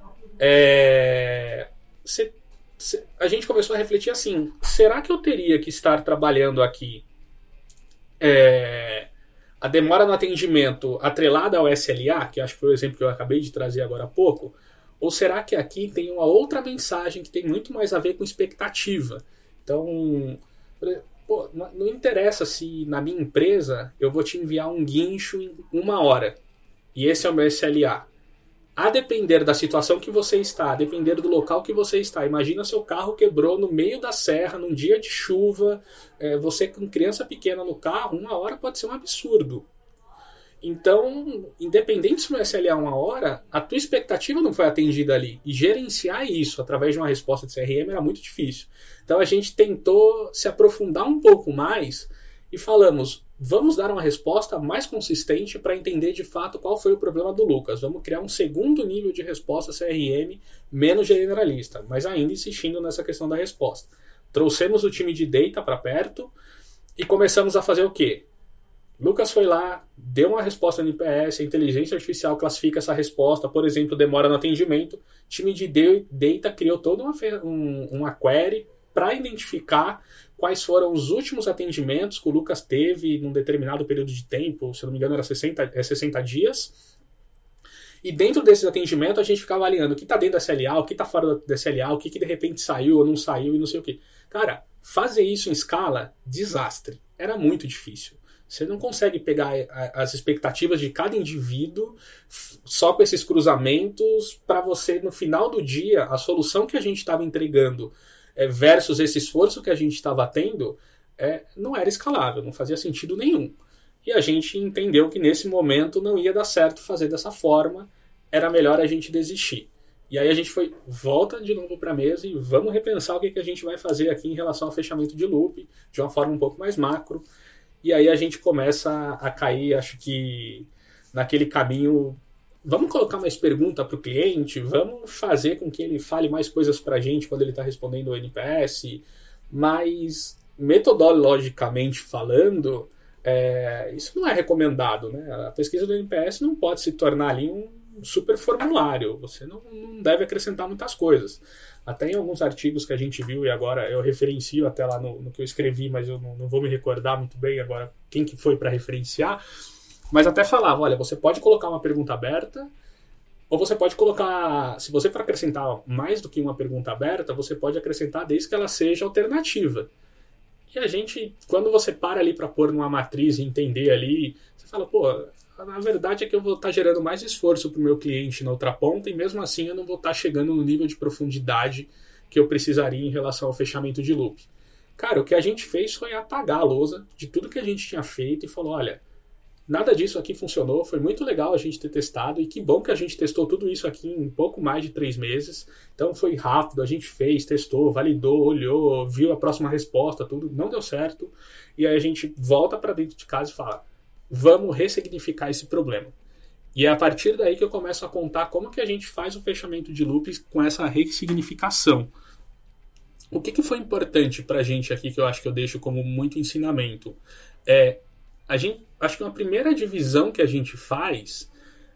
a gente começou a refletir assim, será que eu teria que estar trabalhando aqui a demora no atendimento atrelada ao SLA, que acho que foi o exemplo que eu acabei de trazer agora há pouco, ou será que aqui tem uma outra mensagem que tem muito mais a ver com expectativa? Então, não interessa se na minha empresa eu vou te enviar um guincho em 1 hora, e esse é o meu SLA. A depender da situação que você está, a depender do local que você está, imagina seu carro quebrou no meio da serra, num dia de chuva, você com criança pequena no carro, 1 hora pode ser um absurdo. Então, independente se o SLA é 1 hora, a tua expectativa não foi atendida ali. E gerenciar isso através de uma resposta de CRM era muito difícil. Então a gente tentou se aprofundar um pouco mais e falamos, vamos dar uma resposta mais consistente para entender de fato qual foi o problema do Lucas. Vamos criar um segundo nível de resposta CRM menos generalista, mas ainda insistindo nessa questão da resposta. Trouxemos o time de data para perto e começamos a fazer o quê? Lucas foi lá, deu uma resposta no NPS, a inteligência artificial classifica essa resposta, por exemplo, demora no atendimento. O time de data criou toda uma query para identificar quais foram os últimos atendimentos que o Lucas teve num determinado período de tempo, se eu não me engano era 60 dias. E dentro desses atendimentos a gente ficava avaliando o que está dentro da SLA, o que está fora da SLA, o que de repente saiu ou não saiu e não sei o que. Cara, fazer isso em escala, desastre. Era muito difícil. Você não consegue pegar as expectativas de cada indivíduo só com esses cruzamentos para você, no final do dia, a solução que a gente estava entregando versus esse esforço que a gente estava tendo, não era escalável, não fazia sentido nenhum. E a gente entendeu que nesse momento não ia dar certo fazer dessa forma, era melhor a gente desistir. E aí a gente volta de novo para a mesa e vamos repensar o que a gente vai fazer aqui em relação ao fechamento de loop, de uma forma um pouco mais macro. E aí a gente começa a cair, acho que, naquele caminho, vamos colocar mais pergunta para o cliente, vamos fazer com que ele fale mais coisas para a gente quando ele está respondendo o NPS, mas metodologicamente falando, isso não é recomendado, né? A pesquisa do NPS não pode se tornar ali um super formulário, você não deve acrescentar muitas coisas. Até em alguns artigos que a gente viu, e agora eu referencio até lá no que eu escrevi, mas eu não vou me recordar muito bem agora quem que foi para referenciar, mas até falava, olha, você pode colocar uma pergunta aberta, ou você pode colocar, se você for acrescentar mais do que uma pergunta aberta, você pode acrescentar desde que ela seja alternativa. E a gente, quando você para ali para pôr numa matriz e entender ali, você fala, pô, na verdade é que eu vou estar gerando mais esforço para o meu cliente na outra ponta e mesmo assim eu não vou estar chegando no nível de profundidade que eu precisaria em relação ao fechamento de loop. Cara, o que a gente fez foi apagar a lousa de tudo que a gente tinha feito e falou, olha, nada disso aqui funcionou, foi muito legal a gente ter testado e que bom que a gente testou tudo isso aqui em um pouco mais de 3 meses. Então foi rápido, a gente fez, testou, validou, olhou, viu a próxima resposta, tudo, não deu certo. E aí a gente volta para dentro de casa e fala, vamos ressignificar esse problema. E é a partir daí que eu começo a contar como que a gente faz o fechamento de loops com essa ressignificação. O que foi importante pra gente aqui, que eu acho que eu deixo como muito ensinamento, acho que uma primeira divisão que a gente faz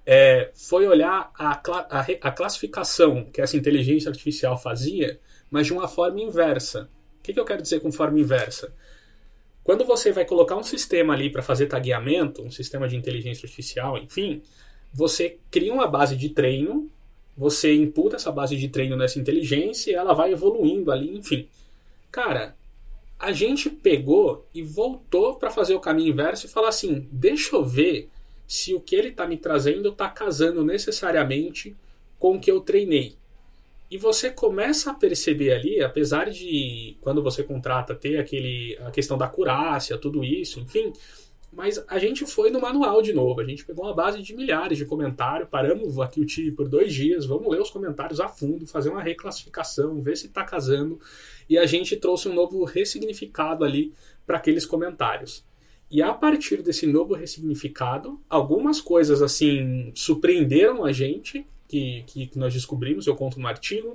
foi olhar a classificação que essa inteligência artificial fazia, mas de uma forma inversa. O que eu quero dizer com forma inversa? Quando você vai colocar um sistema ali para fazer tagueamento, um sistema de inteligência artificial, enfim, você cria uma base de treino, você imputa essa base de treino nessa inteligência e ela vai evoluindo ali, enfim. Cara, a gente pegou e voltou para fazer o caminho inverso e falar assim, deixa eu ver se o que ele está me trazendo está casando necessariamente com o que eu treinei. E você começa a perceber ali, apesar de quando você contrata ter a questão da acurácia, tudo isso, enfim, mas a gente foi no manual de novo, a gente pegou uma base de milhares de comentários, paramos aqui o time por 2 dias, vamos ler os comentários a fundo, fazer uma reclassificação, ver se está casando, e a gente trouxe um novo ressignificado ali para aqueles comentários. E a partir desse novo ressignificado, algumas coisas assim surpreenderam a gente, que nós descobrimos, eu conto no artigo.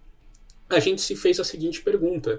A gente se fez a seguinte pergunta,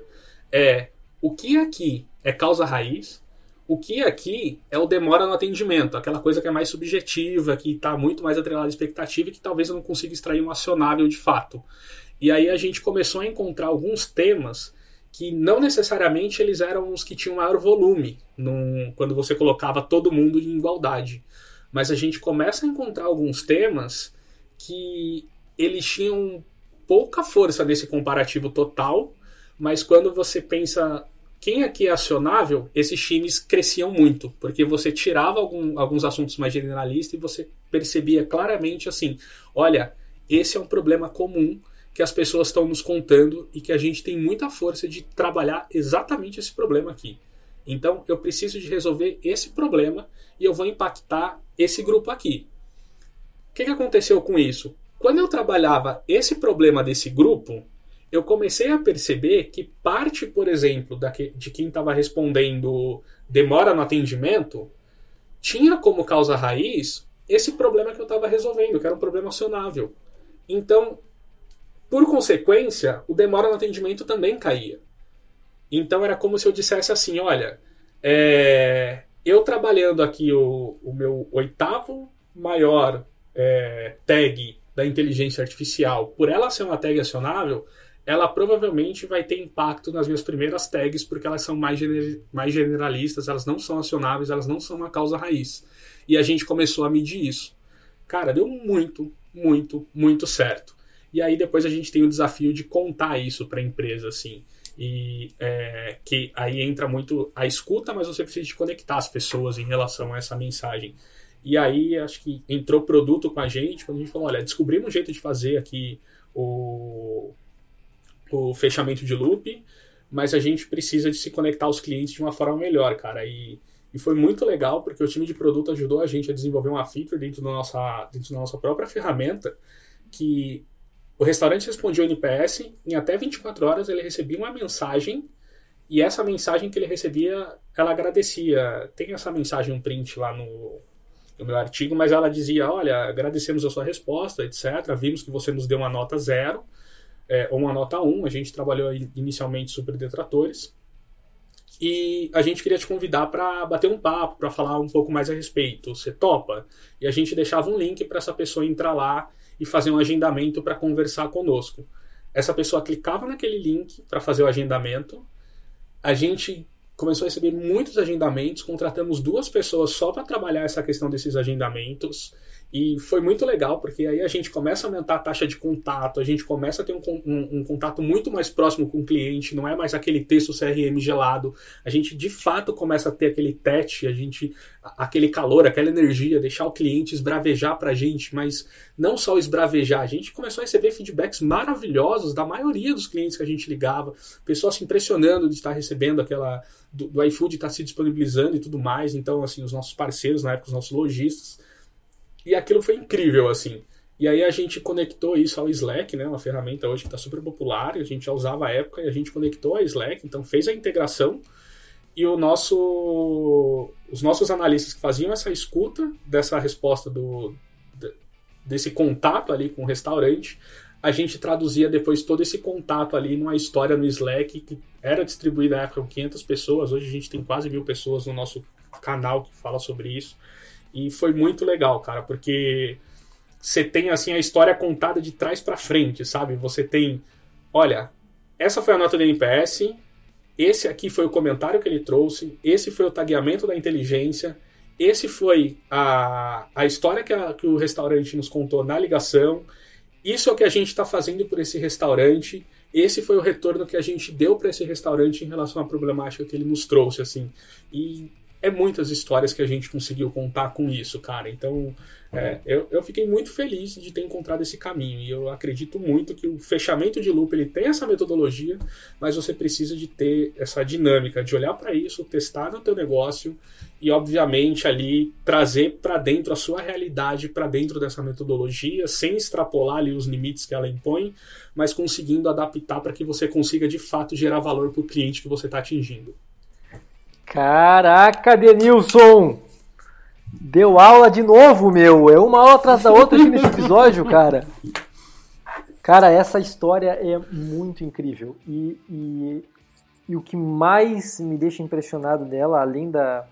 o que aqui é causa raiz? O que aqui é o demora no atendimento, aquela coisa que é mais subjetiva, que está muito mais atrelada à expectativa e que talvez eu não consiga extrair um acionável de fato. E aí a gente começou a encontrar alguns temas que não necessariamente eles eram os que tinham maior volume, quando você colocava todo mundo em igualdade. Mas a gente começa a encontrar alguns temas que eles tinham pouca força nesse comparativo total, mas quando você pensa quem aqui é acionável, esses times cresciam muito, porque você tirava alguns assuntos mais generalistas e você percebia claramente assim, olha, esse é um problema comum que as pessoas estão nos contando e que a gente tem muita força de trabalhar exatamente esse problema aqui. Então, eu preciso de resolver esse problema e eu vou impactar esse grupo aqui. O que aconteceu com isso? Quando eu trabalhava esse problema desse grupo, eu comecei a perceber que parte, por exemplo, de quem estava respondendo demora no atendimento, tinha como causa raiz esse problema que eu estava resolvendo, que era um problema acionável. Então, por consequência, o demora no atendimento também caía. Então era como se eu dissesse assim, olha, eu trabalhando aqui o meu 8º maior tag da inteligência artificial, por ela ser uma tag acionável, ela provavelmente vai ter impacto nas minhas primeiras tags, porque elas são mais generalistas, elas não são acionáveis, elas não são uma causa raiz. E a gente começou a medir isso. Cara, deu muito, muito, muito certo. E aí depois a gente tem o desafio de contar isso para a empresa, assim. E que aí entra muito a escuta, mas você precisa de conectar as pessoas em relação a essa mensagem. E aí acho que entrou produto com a gente, quando a gente falou, olha, descobrimos um jeito de fazer aqui o fechamento de loop, mas a gente precisa de se conectar aos clientes de uma forma melhor, cara. E foi muito legal, porque o time de produto ajudou a gente a desenvolver uma feature dentro da nossa própria ferramenta, que o restaurante respondia o NPS, em até 24 horas ele recebia uma mensagem, e essa mensagem que ele recebia, ela agradecia. Tem essa mensagem, um print lá no meu artigo, mas ela dizia, olha, agradecemos a sua resposta, etc. Vimos que você nos deu uma nota 0, ou uma nota 1, a gente trabalhou inicialmente super detratores, e a gente queria te convidar para bater um papo, para falar um pouco mais a respeito. Você topa? E a gente deixava um link para essa pessoa entrar lá e fazer um agendamento para conversar conosco. Essa pessoa clicava naquele link para fazer o agendamento, a gente começou a receber muitos agendamentos, contratamos 2 pessoas só para trabalhar essa questão desses agendamentos, E foi muito legal, porque aí a gente começa a aumentar a taxa de contato, a gente começa a ter um contato muito mais próximo com o cliente, não é mais aquele texto CRM gelado, a gente de fato começa a ter aquele touch, aquele calor, aquela energia, deixar o cliente esbravejar pra gente, mas não só esbravejar, a gente começou a receber feedbacks maravilhosos da maioria dos clientes que a gente ligava, pessoas se impressionando de estar recebendo do iFood estar se disponibilizando e tudo mais, então assim, os nossos parceiros na época, os nossos lojistas. E aquilo foi incrível, assim. E aí a gente conectou isso ao Slack, né? Uma ferramenta hoje que está super popular. A gente já usava à época e a gente conectou a Slack. Então fez a integração. E os nossos analistas que faziam essa escuta dessa resposta desse contato ali com o restaurante, a gente traduzia depois todo esse contato ali numa história no Slack que era distribuída na época com 500 pessoas. Hoje a gente tem quase 1.000 pessoas no nosso canal que fala sobre isso. E foi muito legal, cara, porque você tem, assim, a história contada de trás pra frente, sabe? Você tem, olha, essa foi a nota do NPS, esse aqui foi o comentário que ele trouxe, esse foi o tagueamento da inteligência, esse foi a história que o restaurante nos contou na ligação, isso é o que a gente está fazendo por esse restaurante, esse foi o retorno que a gente deu para esse restaurante em relação à problemática que ele nos trouxe, assim. E é muitas histórias que a gente conseguiu contar com isso, cara. Então, eu fiquei muito feliz de ter encontrado esse caminho. E eu acredito muito que o fechamento de loop, ele tem essa metodologia, mas você precisa de ter essa dinâmica, de olhar para isso, testar no teu negócio e, obviamente, ali trazer para dentro a sua realidade, para dentro dessa metodologia, sem extrapolar ali os limites que ela impõe, mas conseguindo adaptar para que você consiga, de fato, gerar valor para o cliente que você está atingindo. Caraca, Denilson! Deu aula de novo, meu! É uma aula atrás da outra aqui nesse episódio, cara. Cara, essa história é muito incrível. E o que mais me deixa impressionado dela, além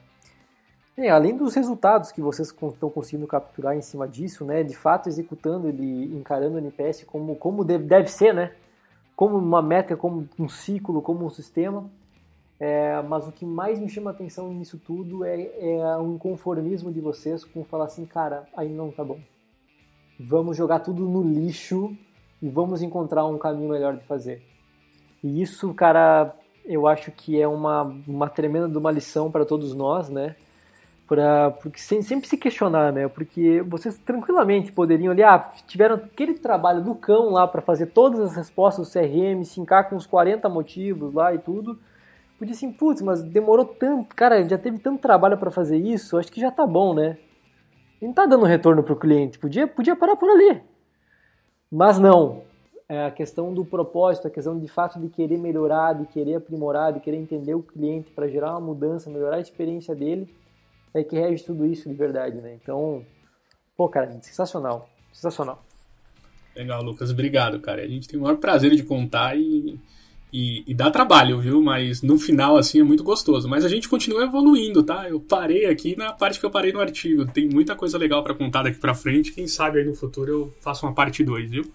dos resultados que vocês estão conseguindo capturar em cima disso, né? De fato, executando ele, encarando o NPS como deve ser, né? Como uma meta, como um ciclo, como um sistema. Mas o que mais me chama a atenção nisso tudo é o inconformismo de vocês com falar assim, cara, aí não tá bom. Vamos jogar tudo no lixo e vamos encontrar um caminho melhor de fazer. E isso, cara, eu acho que é uma tremenda uma lição para todos nós, né? Porque sempre se questionar, né? Porque vocês tranquilamente poderiam ali, tiveram aquele trabalho do cão lá para fazer todas as respostas do CRM, sincar com os 40 motivos lá e tudo. Podia assim, putz, mas demorou tanto, cara, já teve tanto trabalho para fazer isso, acho que já tá bom, né? E não tá dando retorno pro cliente, podia parar por ali. Mas não, a questão do propósito, a questão de fato de querer melhorar, de querer aprimorar, de querer entender o cliente para gerar uma mudança, melhorar a experiência dele, é que rege tudo isso de verdade, né? Então, pô, cara, sensacional, sensacional. Legal, Lucas, obrigado, cara. A gente tem o maior prazer de contar e dá trabalho, viu? Mas no final, assim, é muito gostoso. Mas a gente continua evoluindo, tá? Eu parei aqui na parte que eu parei no artigo. Tem muita coisa legal pra contar daqui pra frente. Quem sabe aí no futuro eu faço uma parte 2, viu?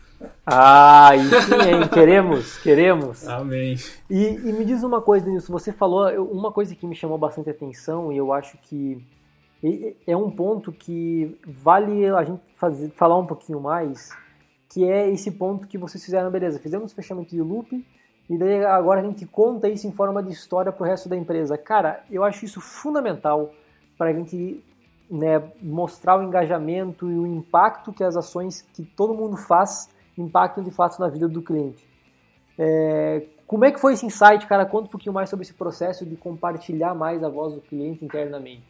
E sim, hein? Queremos. Amém. E me diz uma coisa, Denilson. Você falou uma coisa que me chamou bastante atenção e eu acho que é um ponto que vale a gente falar um pouquinho mais, que é esse ponto que vocês fizeram, beleza, fizemos fechamento de loop, e daí agora a gente conta isso em forma de história pro resto da empresa. Cara, eu acho isso fundamental para a gente, né, mostrar o engajamento e o impacto que as ações que todo mundo faz impactam de fato na vida do cliente. Como é que foi esse insight, cara? Conta um pouquinho mais sobre esse processo de compartilhar mais a voz do cliente internamente.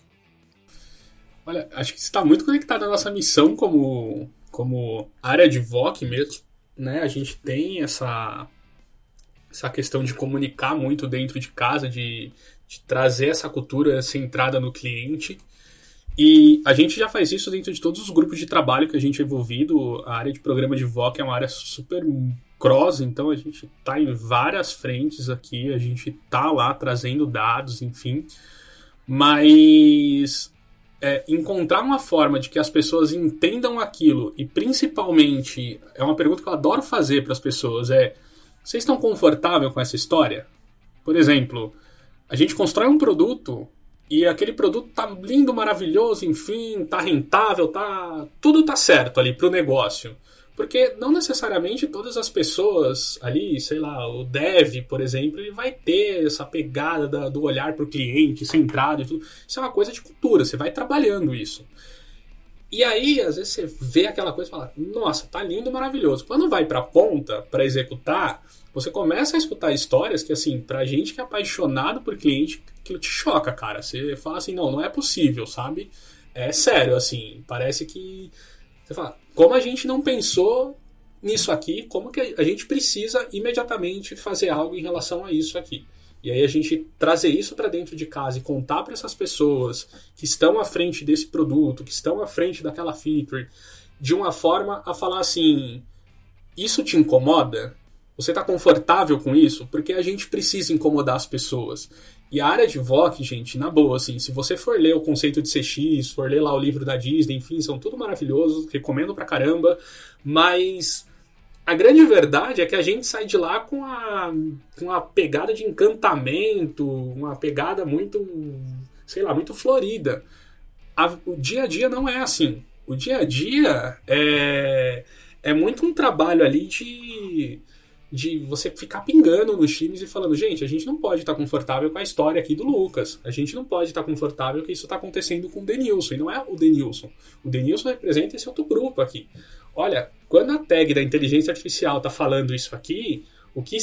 Olha, acho que está muito conectado à nossa missão como área de VOC mesmo, né? A gente tem essa questão de comunicar muito dentro de casa, de trazer essa cultura centrada no cliente. E a gente já faz isso dentro de todos os grupos de trabalho que a gente é envolvido. A área de programa de VOC é uma área super cross, então a gente está em várias frentes aqui, a gente está lá trazendo dados, enfim. Mas encontrar uma forma de que as pessoas entendam aquilo, e principalmente, é uma pergunta que eu adoro fazer para as pessoas, vocês estão confortáveis com essa história? Por exemplo, a gente constrói um produto e aquele produto tá lindo, maravilhoso, enfim, tá rentável, tudo tá certo ali pro negócio. Porque não necessariamente todas as pessoas ali, sei lá, o dev, por exemplo, ele vai ter essa pegada do olhar pro cliente, centrado e tudo. Isso é uma coisa de cultura, você vai trabalhando isso. E aí, às vezes, você vê aquela coisa e fala, nossa, tá lindo, maravilhoso. Quando vai pra ponta, pra executar, você começa a escutar histórias que, assim, pra gente que é apaixonado por cliente, aquilo te choca, cara. Você fala assim, não é possível, sabe? É sério, assim, parece que... Você fala, como a gente não pensou nisso aqui, como que a gente precisa imediatamente fazer algo em relação a isso aqui. E aí a gente trazer isso para dentro de casa e contar para essas pessoas que estão à frente desse produto, que estão à frente daquela feature, de uma forma a falar assim, isso te incomoda? Você está confortável com isso? Porque a gente precisa incomodar as pessoas. E a área de VOC, gente, na boa, assim, se você for ler o conceito de CX, for ler lá o livro da Disney, enfim, são tudo maravilhosos, recomendo pra caramba, mas a grande verdade é que a gente sai de lá com uma pegada de encantamento, uma pegada muito, sei lá, muito florida. O dia a dia não é assim. O dia a dia é muito um trabalho ali de você ficar pingando nos times e falando, gente, a gente não pode estar confortável com a história aqui do Lucas. A gente não pode estar confortável que isso está acontecendo com o Denilson. E não é o Denilson. O Denilson representa esse outro grupo aqui. Olha, quando a tag da inteligência artificial está falando isso aqui, o que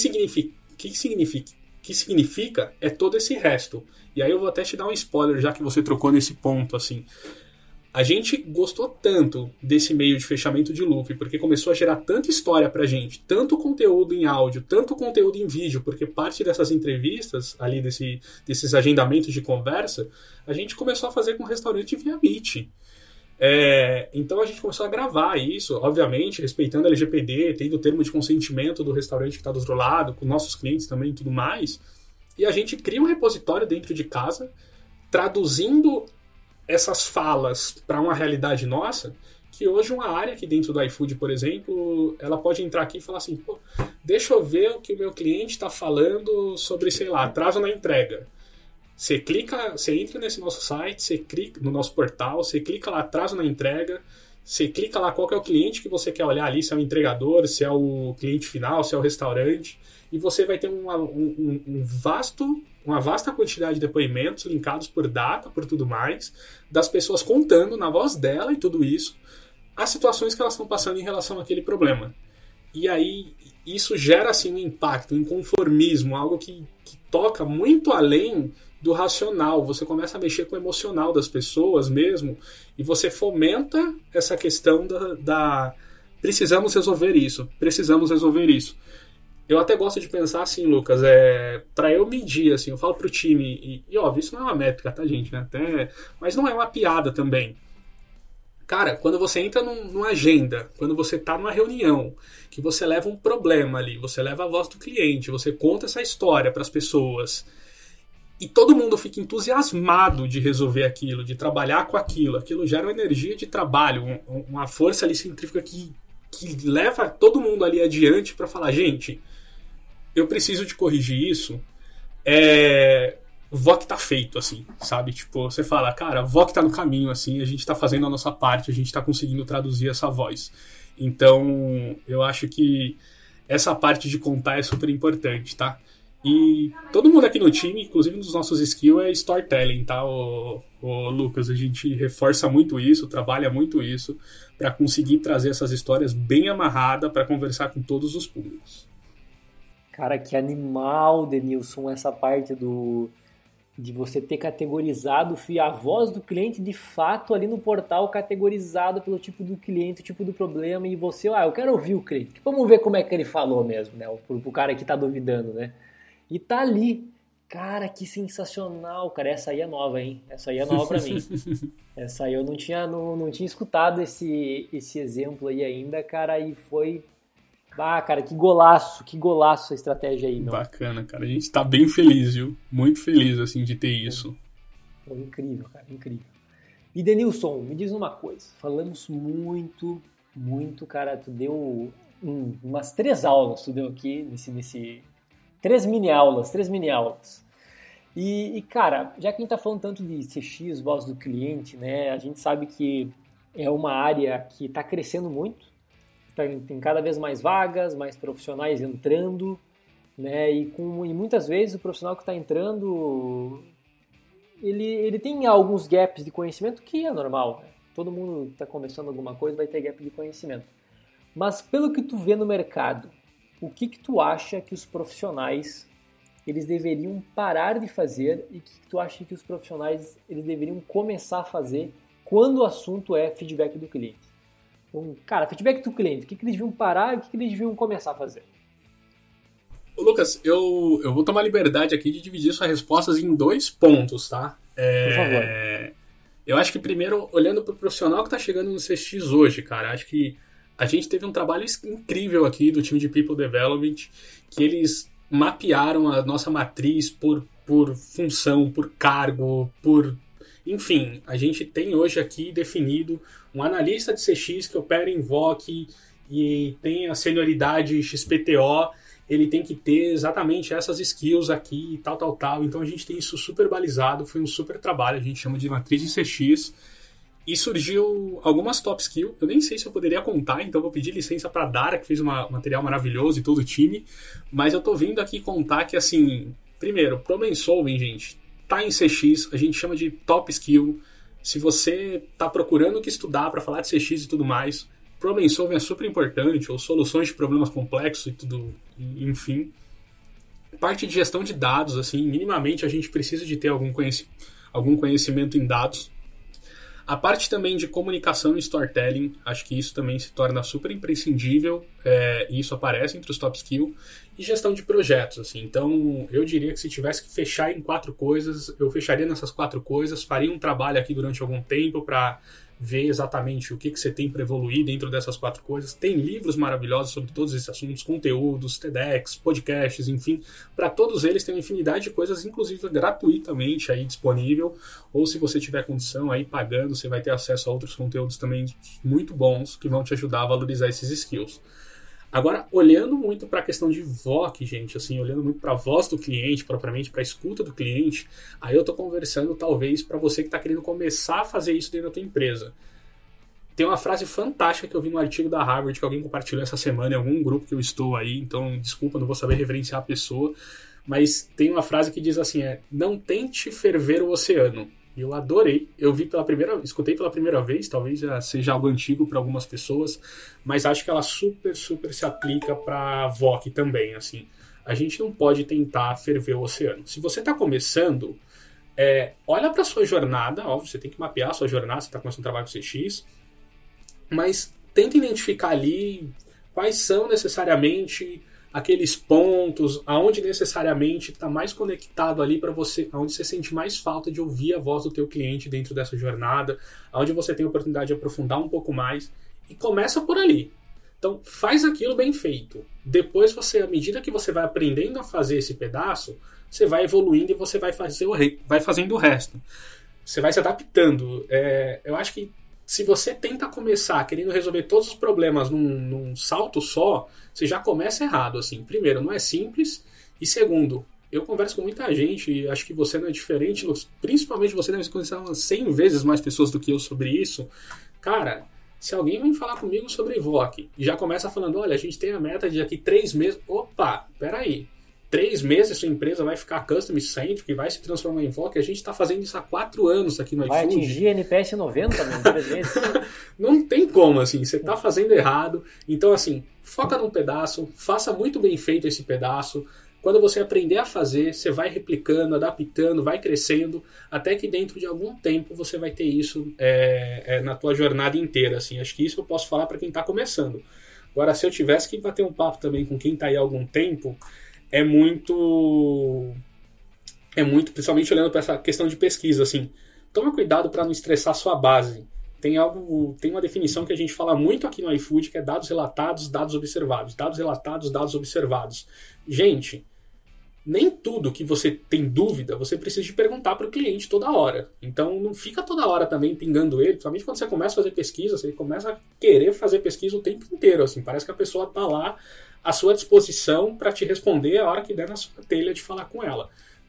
significa é todo esse resto. E aí eu vou até te dar um spoiler, já que você trocou nesse ponto, assim. A gente gostou tanto desse meio de fechamento de loop, porque começou a gerar tanta história pra gente, tanto conteúdo em áudio, tanto conteúdo em vídeo, porque parte dessas entrevistas, ali desses agendamentos de conversa, a gente começou a fazer com o restaurante via Meet. Então a gente começou a gravar isso, obviamente, respeitando a LGPD, tendo o termo de consentimento do restaurante que está do outro lado, com nossos clientes também e tudo mais. E a gente cria um repositório dentro de casa, traduzindo essas falas para uma realidade nossa, que hoje uma área aqui dentro do iFood, por exemplo, ela pode entrar aqui e falar assim, pô, deixa eu ver o que o meu cliente está falando sobre, sei lá, atraso na entrega. Você clica, você entra nesse nosso site, você clica no nosso portal, você clica lá, atraso na entrega, você clica lá qual que é o cliente que você quer olhar ali, se é o entregador, se é o cliente final, se é o restaurante, e você vai ter uma vasta quantidade de depoimentos linkados por data, por tudo mais, das pessoas contando na voz dela e tudo isso, as situações que elas estão passando em relação àquele problema. E aí isso gera assim um impacto, um inconformismo, algo que toca muito além do racional. Você começa a mexer com o emocional das pessoas mesmo, e você fomenta essa questão da precisamos resolver isso. Eu até gosto de pensar assim, Lucas, para eu medir, assim, eu falo pro time, e óbvio, isso não é uma métrica, tá, gente, né? Mas não é uma piada também. Cara, quando você entra numa agenda, quando você tá numa reunião, que você leva um problema ali, você leva a voz do cliente, você conta essa história pras pessoas, e todo mundo fica entusiasmado de resolver aquilo, de trabalhar com aquilo gera uma energia de trabalho, uma força ali centrífuga que leva todo mundo ali adiante para falar, gente, eu preciso de corrigir isso, o VOC tá feito, assim, sabe? Tipo, você fala, cara, o VOC tá no caminho, assim, a gente tá fazendo a nossa parte, a gente tá conseguindo traduzir essa voz. Então, eu acho que essa parte de contar é super importante, tá? E todo mundo aqui no time, inclusive nos nossos skills, é storytelling, tá, o Lucas? A gente reforça muito isso, trabalha muito isso, para conseguir trazer essas histórias bem amarradas para conversar com todos os públicos. Cara, que animal, Denilson, essa parte de você ter categorizado a voz do cliente de fato ali no portal, categorizado pelo tipo do cliente, tipo do problema, e você, eu quero ouvir o cliente, vamos ver como é que ele falou mesmo, né, pro cara que tá duvidando, né, e tá ali. Cara, que sensacional, cara, essa aí é nova, hein, essa aí é nova pra mim, essa aí eu não tinha escutado esse exemplo aí ainda, cara, e foi... cara, que golaço essa estratégia aí, meu. Bacana, cara. A gente tá bem feliz, viu? Muito feliz, assim, de ter isso. Foi incrível, cara, incrível. E, Denilson, me diz uma coisa. Falamos muito, cara. Tu deu umas 3 aulas, tu deu aqui, 3 mini aulas. Cara, já que a gente tá falando tanto de CX, voz do cliente, né? A gente sabe que é uma área que está crescendo muito, tem cada vez mais vagas, mais profissionais entrando, né? E muitas vezes o profissional que está entrando, ele tem alguns gaps de conhecimento que é normal, né? Todo mundo está começando alguma coisa, vai ter gap de conhecimento. Mas pelo que tu vê no mercado, o que tu acha que os profissionais eles deveriam parar de fazer e o que tu acha que os profissionais eles deveriam começar a fazer quando o assunto é feedback do cliente? Então, cara, feedback do cliente, o que eles deviam parar e o que eles deviam começar a fazer? Ô, Lucas, eu vou tomar liberdade aqui de dividir suas respostas em 2 pontos, tá? Por favor. Eu acho que primeiro, olhando para o profissional que está chegando no CX hoje, cara, acho que a gente teve um trabalho incrível aqui do time de People Development, que eles mapearam a nossa matriz por função, por cargo, enfim, a gente tem hoje aqui definido um analista de CX que opera em VOC e tem a senioridade XPTO, ele tem que ter exatamente essas skills aqui e tal. Então a gente tem isso super balizado, foi um super trabalho, a gente chama de matriz de CX. E surgiu algumas top skills, eu nem sei se eu poderia contar, então vou pedir licença para a Dara, que fez um material maravilhoso e todo o time, mas eu tô vindo aqui contar que, assim, primeiro, problem solving, gente, tá em CX, a gente chama de top skill. Se você tá procurando o que estudar para falar de CX e tudo mais, problem solving é super importante, ou soluções de problemas complexos e tudo, enfim. Parte de gestão de dados, assim, minimamente a gente precisa de ter algum conhecimento em dados. A parte também de comunicação e storytelling, acho que isso também se torna super imprescindível, e isso aparece entre os top skills. E gestão de projetos, assim. Então, eu diria que se tivesse que fechar em 4 coisas, eu fecharia nessas 4 coisas, faria um trabalho aqui durante algum tempo para ver exatamente o que você tem para evoluir dentro dessas 4 coisas. Tem livros maravilhosos sobre todos esses assuntos, conteúdos, TEDx, podcasts, enfim. Para todos eles tem uma infinidade de coisas, inclusive gratuitamente aí disponível. Ou se você tiver condição aí pagando, você vai ter acesso a outros conteúdos também muito bons que vão te ajudar a valorizar esses skills. Agora, olhando muito para a questão de VOC, gente, assim, olhando muito para a voz do cliente, propriamente para a escuta do cliente, aí eu estou conversando talvez para você que está querendo começar a fazer isso dentro da tua empresa. Tem uma frase fantástica que eu vi no artigo da Harvard que alguém compartilhou essa semana em algum grupo que eu estou aí, então desculpa, não vou saber referenciar a pessoa, mas tem uma frase que diz assim, não tente ferver o oceano. E eu adorei, escutei pela primeira vez, talvez já seja algo antigo para algumas pessoas, mas acho que ela super se aplica para VOC também, assim. A gente não pode tentar ferver o oceano. Se você está começando, olha para a sua jornada, óbvio, você tem que mapear a sua jornada, você está começando um trabalho com CX, mas tenta identificar ali quais são necessariamente aqueles pontos, aonde necessariamente está mais conectado ali para você, aonde você sente mais falta de ouvir a voz do teu cliente dentro dessa jornada, aonde você tem a oportunidade de aprofundar um pouco mais, e começa por ali. Então, faz aquilo bem feito. Depois, você, à medida que você vai aprendendo a fazer esse pedaço, você vai evoluindo e você vai fazendo o resto. Você vai se adaptando. Eu acho que se você tenta começar querendo resolver todos os problemas num salto só, você já começa errado, assim. Primeiro, não é simples. E segundo, eu converso com muita gente e acho que você não é diferente. Principalmente você deve conversar umas 100 vezes mais pessoas do que eu sobre isso. Cara, se alguém vem falar comigo sobre VOC e já começa falando, olha, a gente tem a meta de daqui 3 meses. Opa, peraí. 3 meses sua empresa vai ficar custom centric, vai se transformar em VOC. A gente está fazendo isso há 4 anos aqui no iFood. Vai atingir NPS 90 também, 3 meses. Não tem como, assim, você está fazendo errado. Então, assim, foca num pedaço, faça muito bem feito esse pedaço. Quando você aprender a fazer, você vai replicando, adaptando, vai crescendo, até que dentro de algum tempo você vai ter isso na tua jornada inteira, assim. Acho que isso eu posso falar para quem está começando. Agora, se eu tivesse que bater um papo também com quem está aí há algum tempo, é muito, principalmente olhando para essa questão de pesquisa, assim, toma cuidado para não estressar a sua base. Tem uma definição que a gente fala muito aqui no iFood, que é dados relatados, dados observados. Dados relatados, dados observados. Gente, nem tudo que você tem dúvida, você precisa de perguntar para o cliente toda hora. Então, não fica toda hora também pingando ele, principalmente quando você começa a fazer pesquisa, você começa a querer fazer pesquisa o tempo inteiro, assim, parece que a pessoa está lá à sua disposição para te responder a hora que der na sua telha de falar com ela.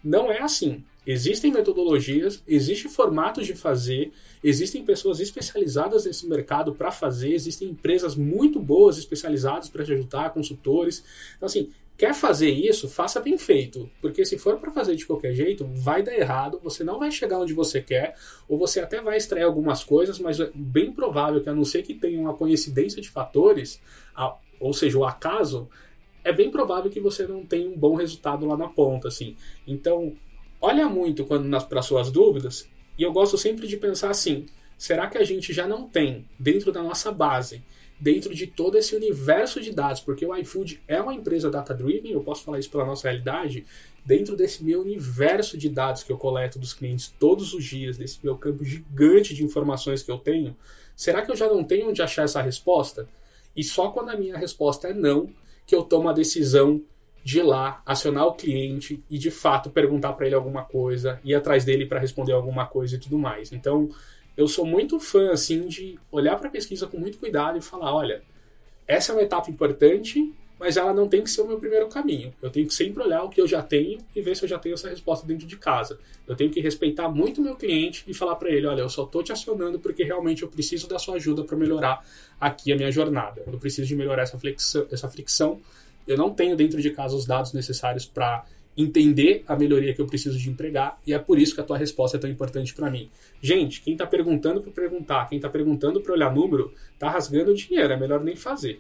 Não é assim. Existem metodologias, existem formatos de fazer, existem pessoas especializadas nesse mercado para fazer, existem empresas muito boas especializadas para te ajudar, consultores. Então, assim, quer fazer isso, faça bem feito. Porque se for para fazer de qualquer jeito, vai dar errado, você não vai chegar onde você quer, ou você até vai extrair algumas coisas, mas é bem provável que, a não ser que tenha uma coincidência de fatores, ou seja, o acaso, é bem provável que você não tenha um bom resultado lá na ponta, assim. Então, olha muito para suas dúvidas, e eu gosto sempre de pensar assim, será que a gente já não tem, dentro da nossa base, dentro de todo esse universo de dados, porque o iFood é uma empresa data-driven, eu posso falar isso pela nossa realidade, dentro desse meu universo de dados que eu coleto dos clientes todos os dias, desse meu campo gigante de informações que eu tenho, será que eu já não tenho onde achar essa resposta? E só quando a minha resposta é não, que eu tomo a decisão de ir lá, acionar o cliente e, de fato, perguntar para ele alguma coisa, ir atrás dele para responder alguma coisa e tudo mais. Então, eu sou muito fã, assim, de olhar para a pesquisa com muito cuidado e falar, olha, essa é uma etapa importante, mas ela não tem que ser o meu primeiro caminho. Eu tenho que sempre olhar o que eu já tenho e ver se eu já tenho essa resposta dentro de casa. Eu tenho que respeitar muito o meu cliente e falar para ele, olha, eu só estou te acionando porque realmente eu preciso da sua ajuda para melhorar aqui a minha jornada. Eu preciso de melhorar essa fricção. Eu não tenho dentro de casa os dados necessários para entender a melhoria que eu preciso de empregar, e é por isso que a tua resposta é tão importante para mim. Gente, quem está perguntando para perguntar, quem está perguntando para olhar número, está rasgando dinheiro, é melhor nem fazer.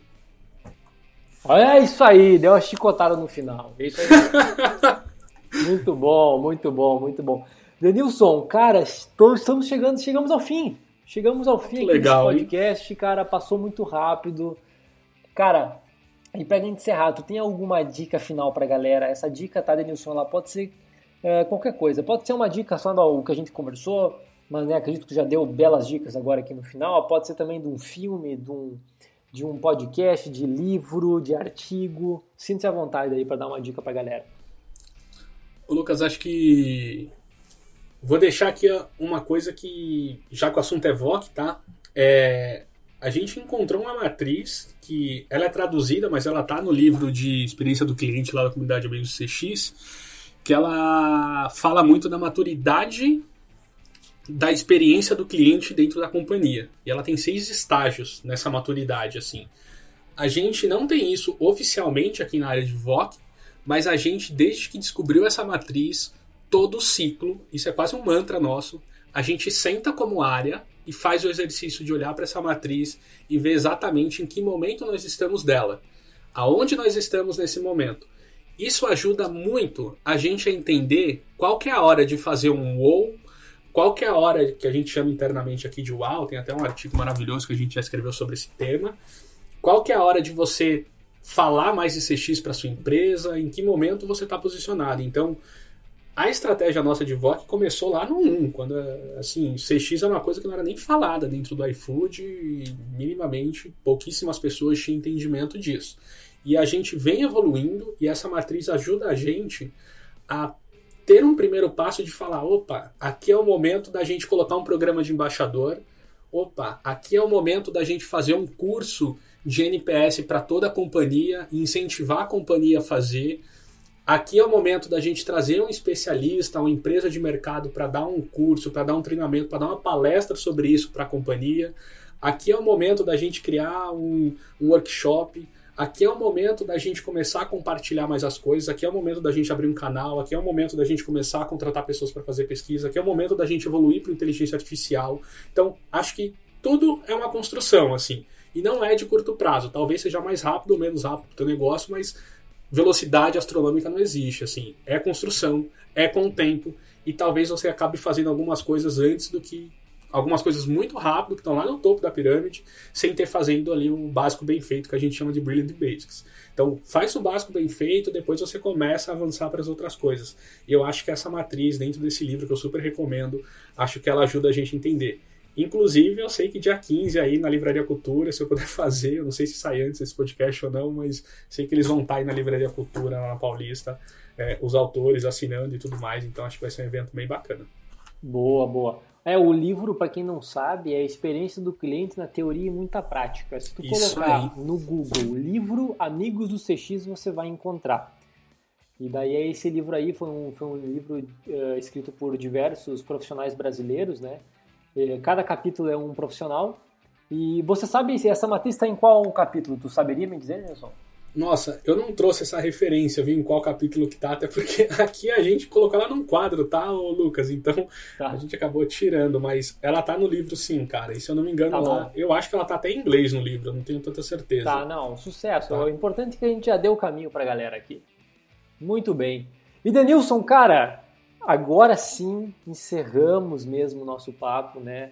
Olha isso aí, deu uma chicotada no final. É isso aí. Muito bom, muito bom, muito bom. Denilson, cara, chegamos ao fim. Chegamos ao fim aqui desse podcast, cara, passou muito rápido. Cara, e pra gente encerrar, tu tem alguma dica final pra galera? Essa dica, tá, Denilson, ela pode ser qualquer coisa. Pode ser uma dica só do que a gente conversou, mas né, acredito que já deu belas dicas agora aqui no final. Pode ser também de um filme, de um podcast, de livro, de artigo. Sinta-se à vontade aí pra dar uma dica pra galera. Ô Lucas, acho que vou deixar aqui uma coisa que, já que o assunto é VOC, tá? A gente encontrou uma matriz que ela é traduzida, mas ela tá no livro de experiência do cliente lá da comunidade Amigos do CX, que ela fala muito da maturidade da experiência do cliente dentro da companhia. E ela tem 6 estágios nessa maturidade, assim. A gente não tem isso oficialmente aqui na área de VOC, mas a gente, desde que descobriu essa matriz, todo o ciclo, isso é quase um mantra nosso, a gente senta como área e faz o exercício de olhar para essa matriz e ver exatamente em que momento nós estamos dela. Aonde nós estamos nesse momento. Isso ajuda muito a gente a entender qual que é a hora de fazer um wow, qual que é a hora que a gente chama internamente aqui de wow, tem até um artigo maravilhoso que a gente já escreveu sobre esse tema. Qual que é a hora de você falar mais de CX para sua empresa, em que momento você está posicionado. Então, a estratégia nossa de VOC começou lá no 1, quando, assim, CX é uma coisa que não era nem falada dentro do iFood e, minimamente, pouquíssimas pessoas tinham entendimento disso. E a gente vem evoluindo e essa matriz ajuda a gente a ter um primeiro passo de falar, opa, aqui é o momento da gente colocar um programa de embaixador, opa, aqui é o momento da gente fazer um curso de NPS para toda a companhia e incentivar a companhia a fazer. Aqui é o momento da gente trazer um especialista, uma empresa de mercado para dar um curso, para dar um treinamento, para dar uma palestra sobre isso para a companhia. Aqui é o momento da gente criar um workshop. Aqui é o momento da gente começar a compartilhar mais as coisas. Aqui é o momento da gente abrir um canal. Aqui é o momento da gente começar a contratar pessoas para fazer pesquisa. Aqui é o momento da gente evoluir para inteligência artificial. Então, acho que tudo é uma construção, assim. E não é de curto prazo. Talvez seja mais rápido ou menos rápido para o teu negócio, mas velocidade astronômica não existe, assim. É construção, é com o tempo, e talvez você acabe fazendo algumas coisas antes do que... Algumas coisas muito rápido, que estão lá no topo da pirâmide, sem ter fazendo ali o básico bem feito, que a gente chama de Brilliant Basics. Então, faz o básico bem feito, depois você começa a avançar para as outras coisas. E eu acho que essa matriz, dentro desse livro, que eu super recomendo, acho que ela ajuda a gente a entender. Inclusive, eu sei que dia 15 aí na Livraria Cultura, se eu puder fazer, eu não sei se sai antes esse podcast ou não, mas sei que eles vão estar aí na Livraria Cultura, lá na Paulista, os autores assinando e tudo mais, então acho que vai ser um evento bem bacana. Boa, boa. O livro, para quem não sabe, é a experiência do cliente na teoria e muita prática. Se tu colocar no Google livro Amigos do CX, você vai encontrar. E daí esse livro aí foi um livro escrito por diversos profissionais brasileiros, né? Cada capítulo é um profissional. E você sabe se essa matriz está em qual capítulo? Tu saberia me dizer, Nelson? Nossa, eu não trouxe essa referência, viu, em qual capítulo que tá, até porque aqui a gente colocou ela num quadro, tá, ô Lucas? Então Tá. a gente acabou tirando, mas ela tá no livro sim, cara. E se eu não me engano, Tá bom. eu acho que ela tá até em inglês no livro, eu não tenho tanta certeza. Tá, não, sucesso. Tá. O importante é que a gente já deu o caminho pra galera aqui. Muito bem. E Denilson, cara, agora sim encerramos mesmo o nosso papo, né?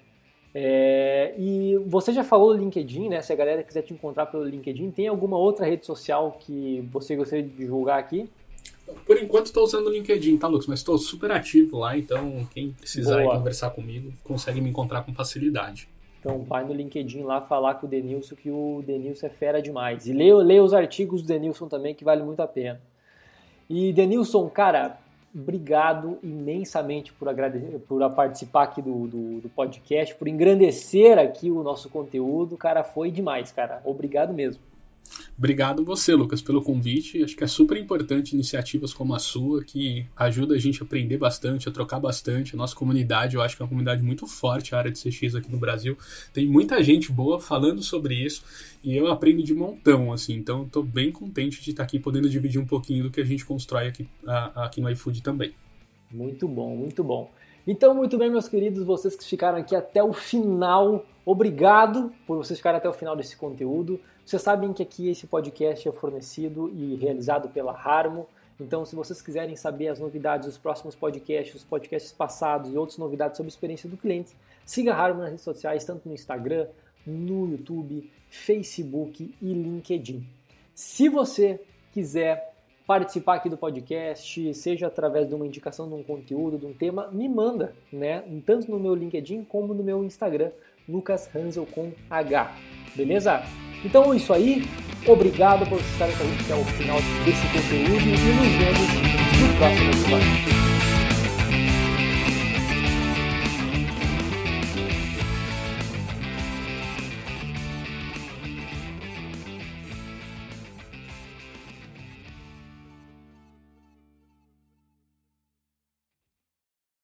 E você já falou do LinkedIn, né? Se a galera quiser te encontrar pelo LinkedIn, tem alguma outra rede social que você gostaria de divulgar aqui? Por enquanto estou usando o LinkedIn, tá, Lucas? Mas estou super ativo lá, então quem precisar aí conversar comigo consegue me encontrar com facilidade. Então vai no LinkedIn lá falar com o Denilson, que o Denilson é fera demais. E leia os artigos do Denilson também, que vale muito a pena. E Denilson, cara, obrigado imensamente por participar aqui do podcast, por engrandecer aqui o nosso conteúdo. Cara, foi demais, cara. Obrigado mesmo. Obrigado você, Lucas, pelo convite. Acho que é super importante iniciativas como a sua, que ajuda a gente a aprender bastante, a trocar bastante. A nossa comunidade, eu acho que é uma comunidade muito forte, a área de CX aqui no Brasil. Tem muita gente boa falando sobre isso e eu aprendo de montão, assim. Então, estou bem contente de estar aqui podendo dividir um pouquinho do que a gente constrói aqui no iFood também. Muito bom, muito bom. Então, muito bem, meus queridos, vocês que ficaram aqui até o final, obrigado por vocês ficarem até o final desse conteúdo. Vocês sabem que aqui esse podcast é fornecido e realizado pela Harmo. Então, se vocês quiserem saber as novidades dos próximos podcasts, os podcasts passados e outras novidades sobre a experiência do cliente, siga a Harmo nas redes sociais, tanto no Instagram, no YouTube, Facebook e LinkedIn. Se você quiser participar aqui do podcast, seja através de uma indicação de um conteúdo, de um tema, me manda, né? Tanto no meu LinkedIn como no meu Instagram, Lucas Hansel com H. Beleza? Então é isso aí. Obrigado por estarem com a gente até o final desse conteúdo e nos vemos no próximo episódio.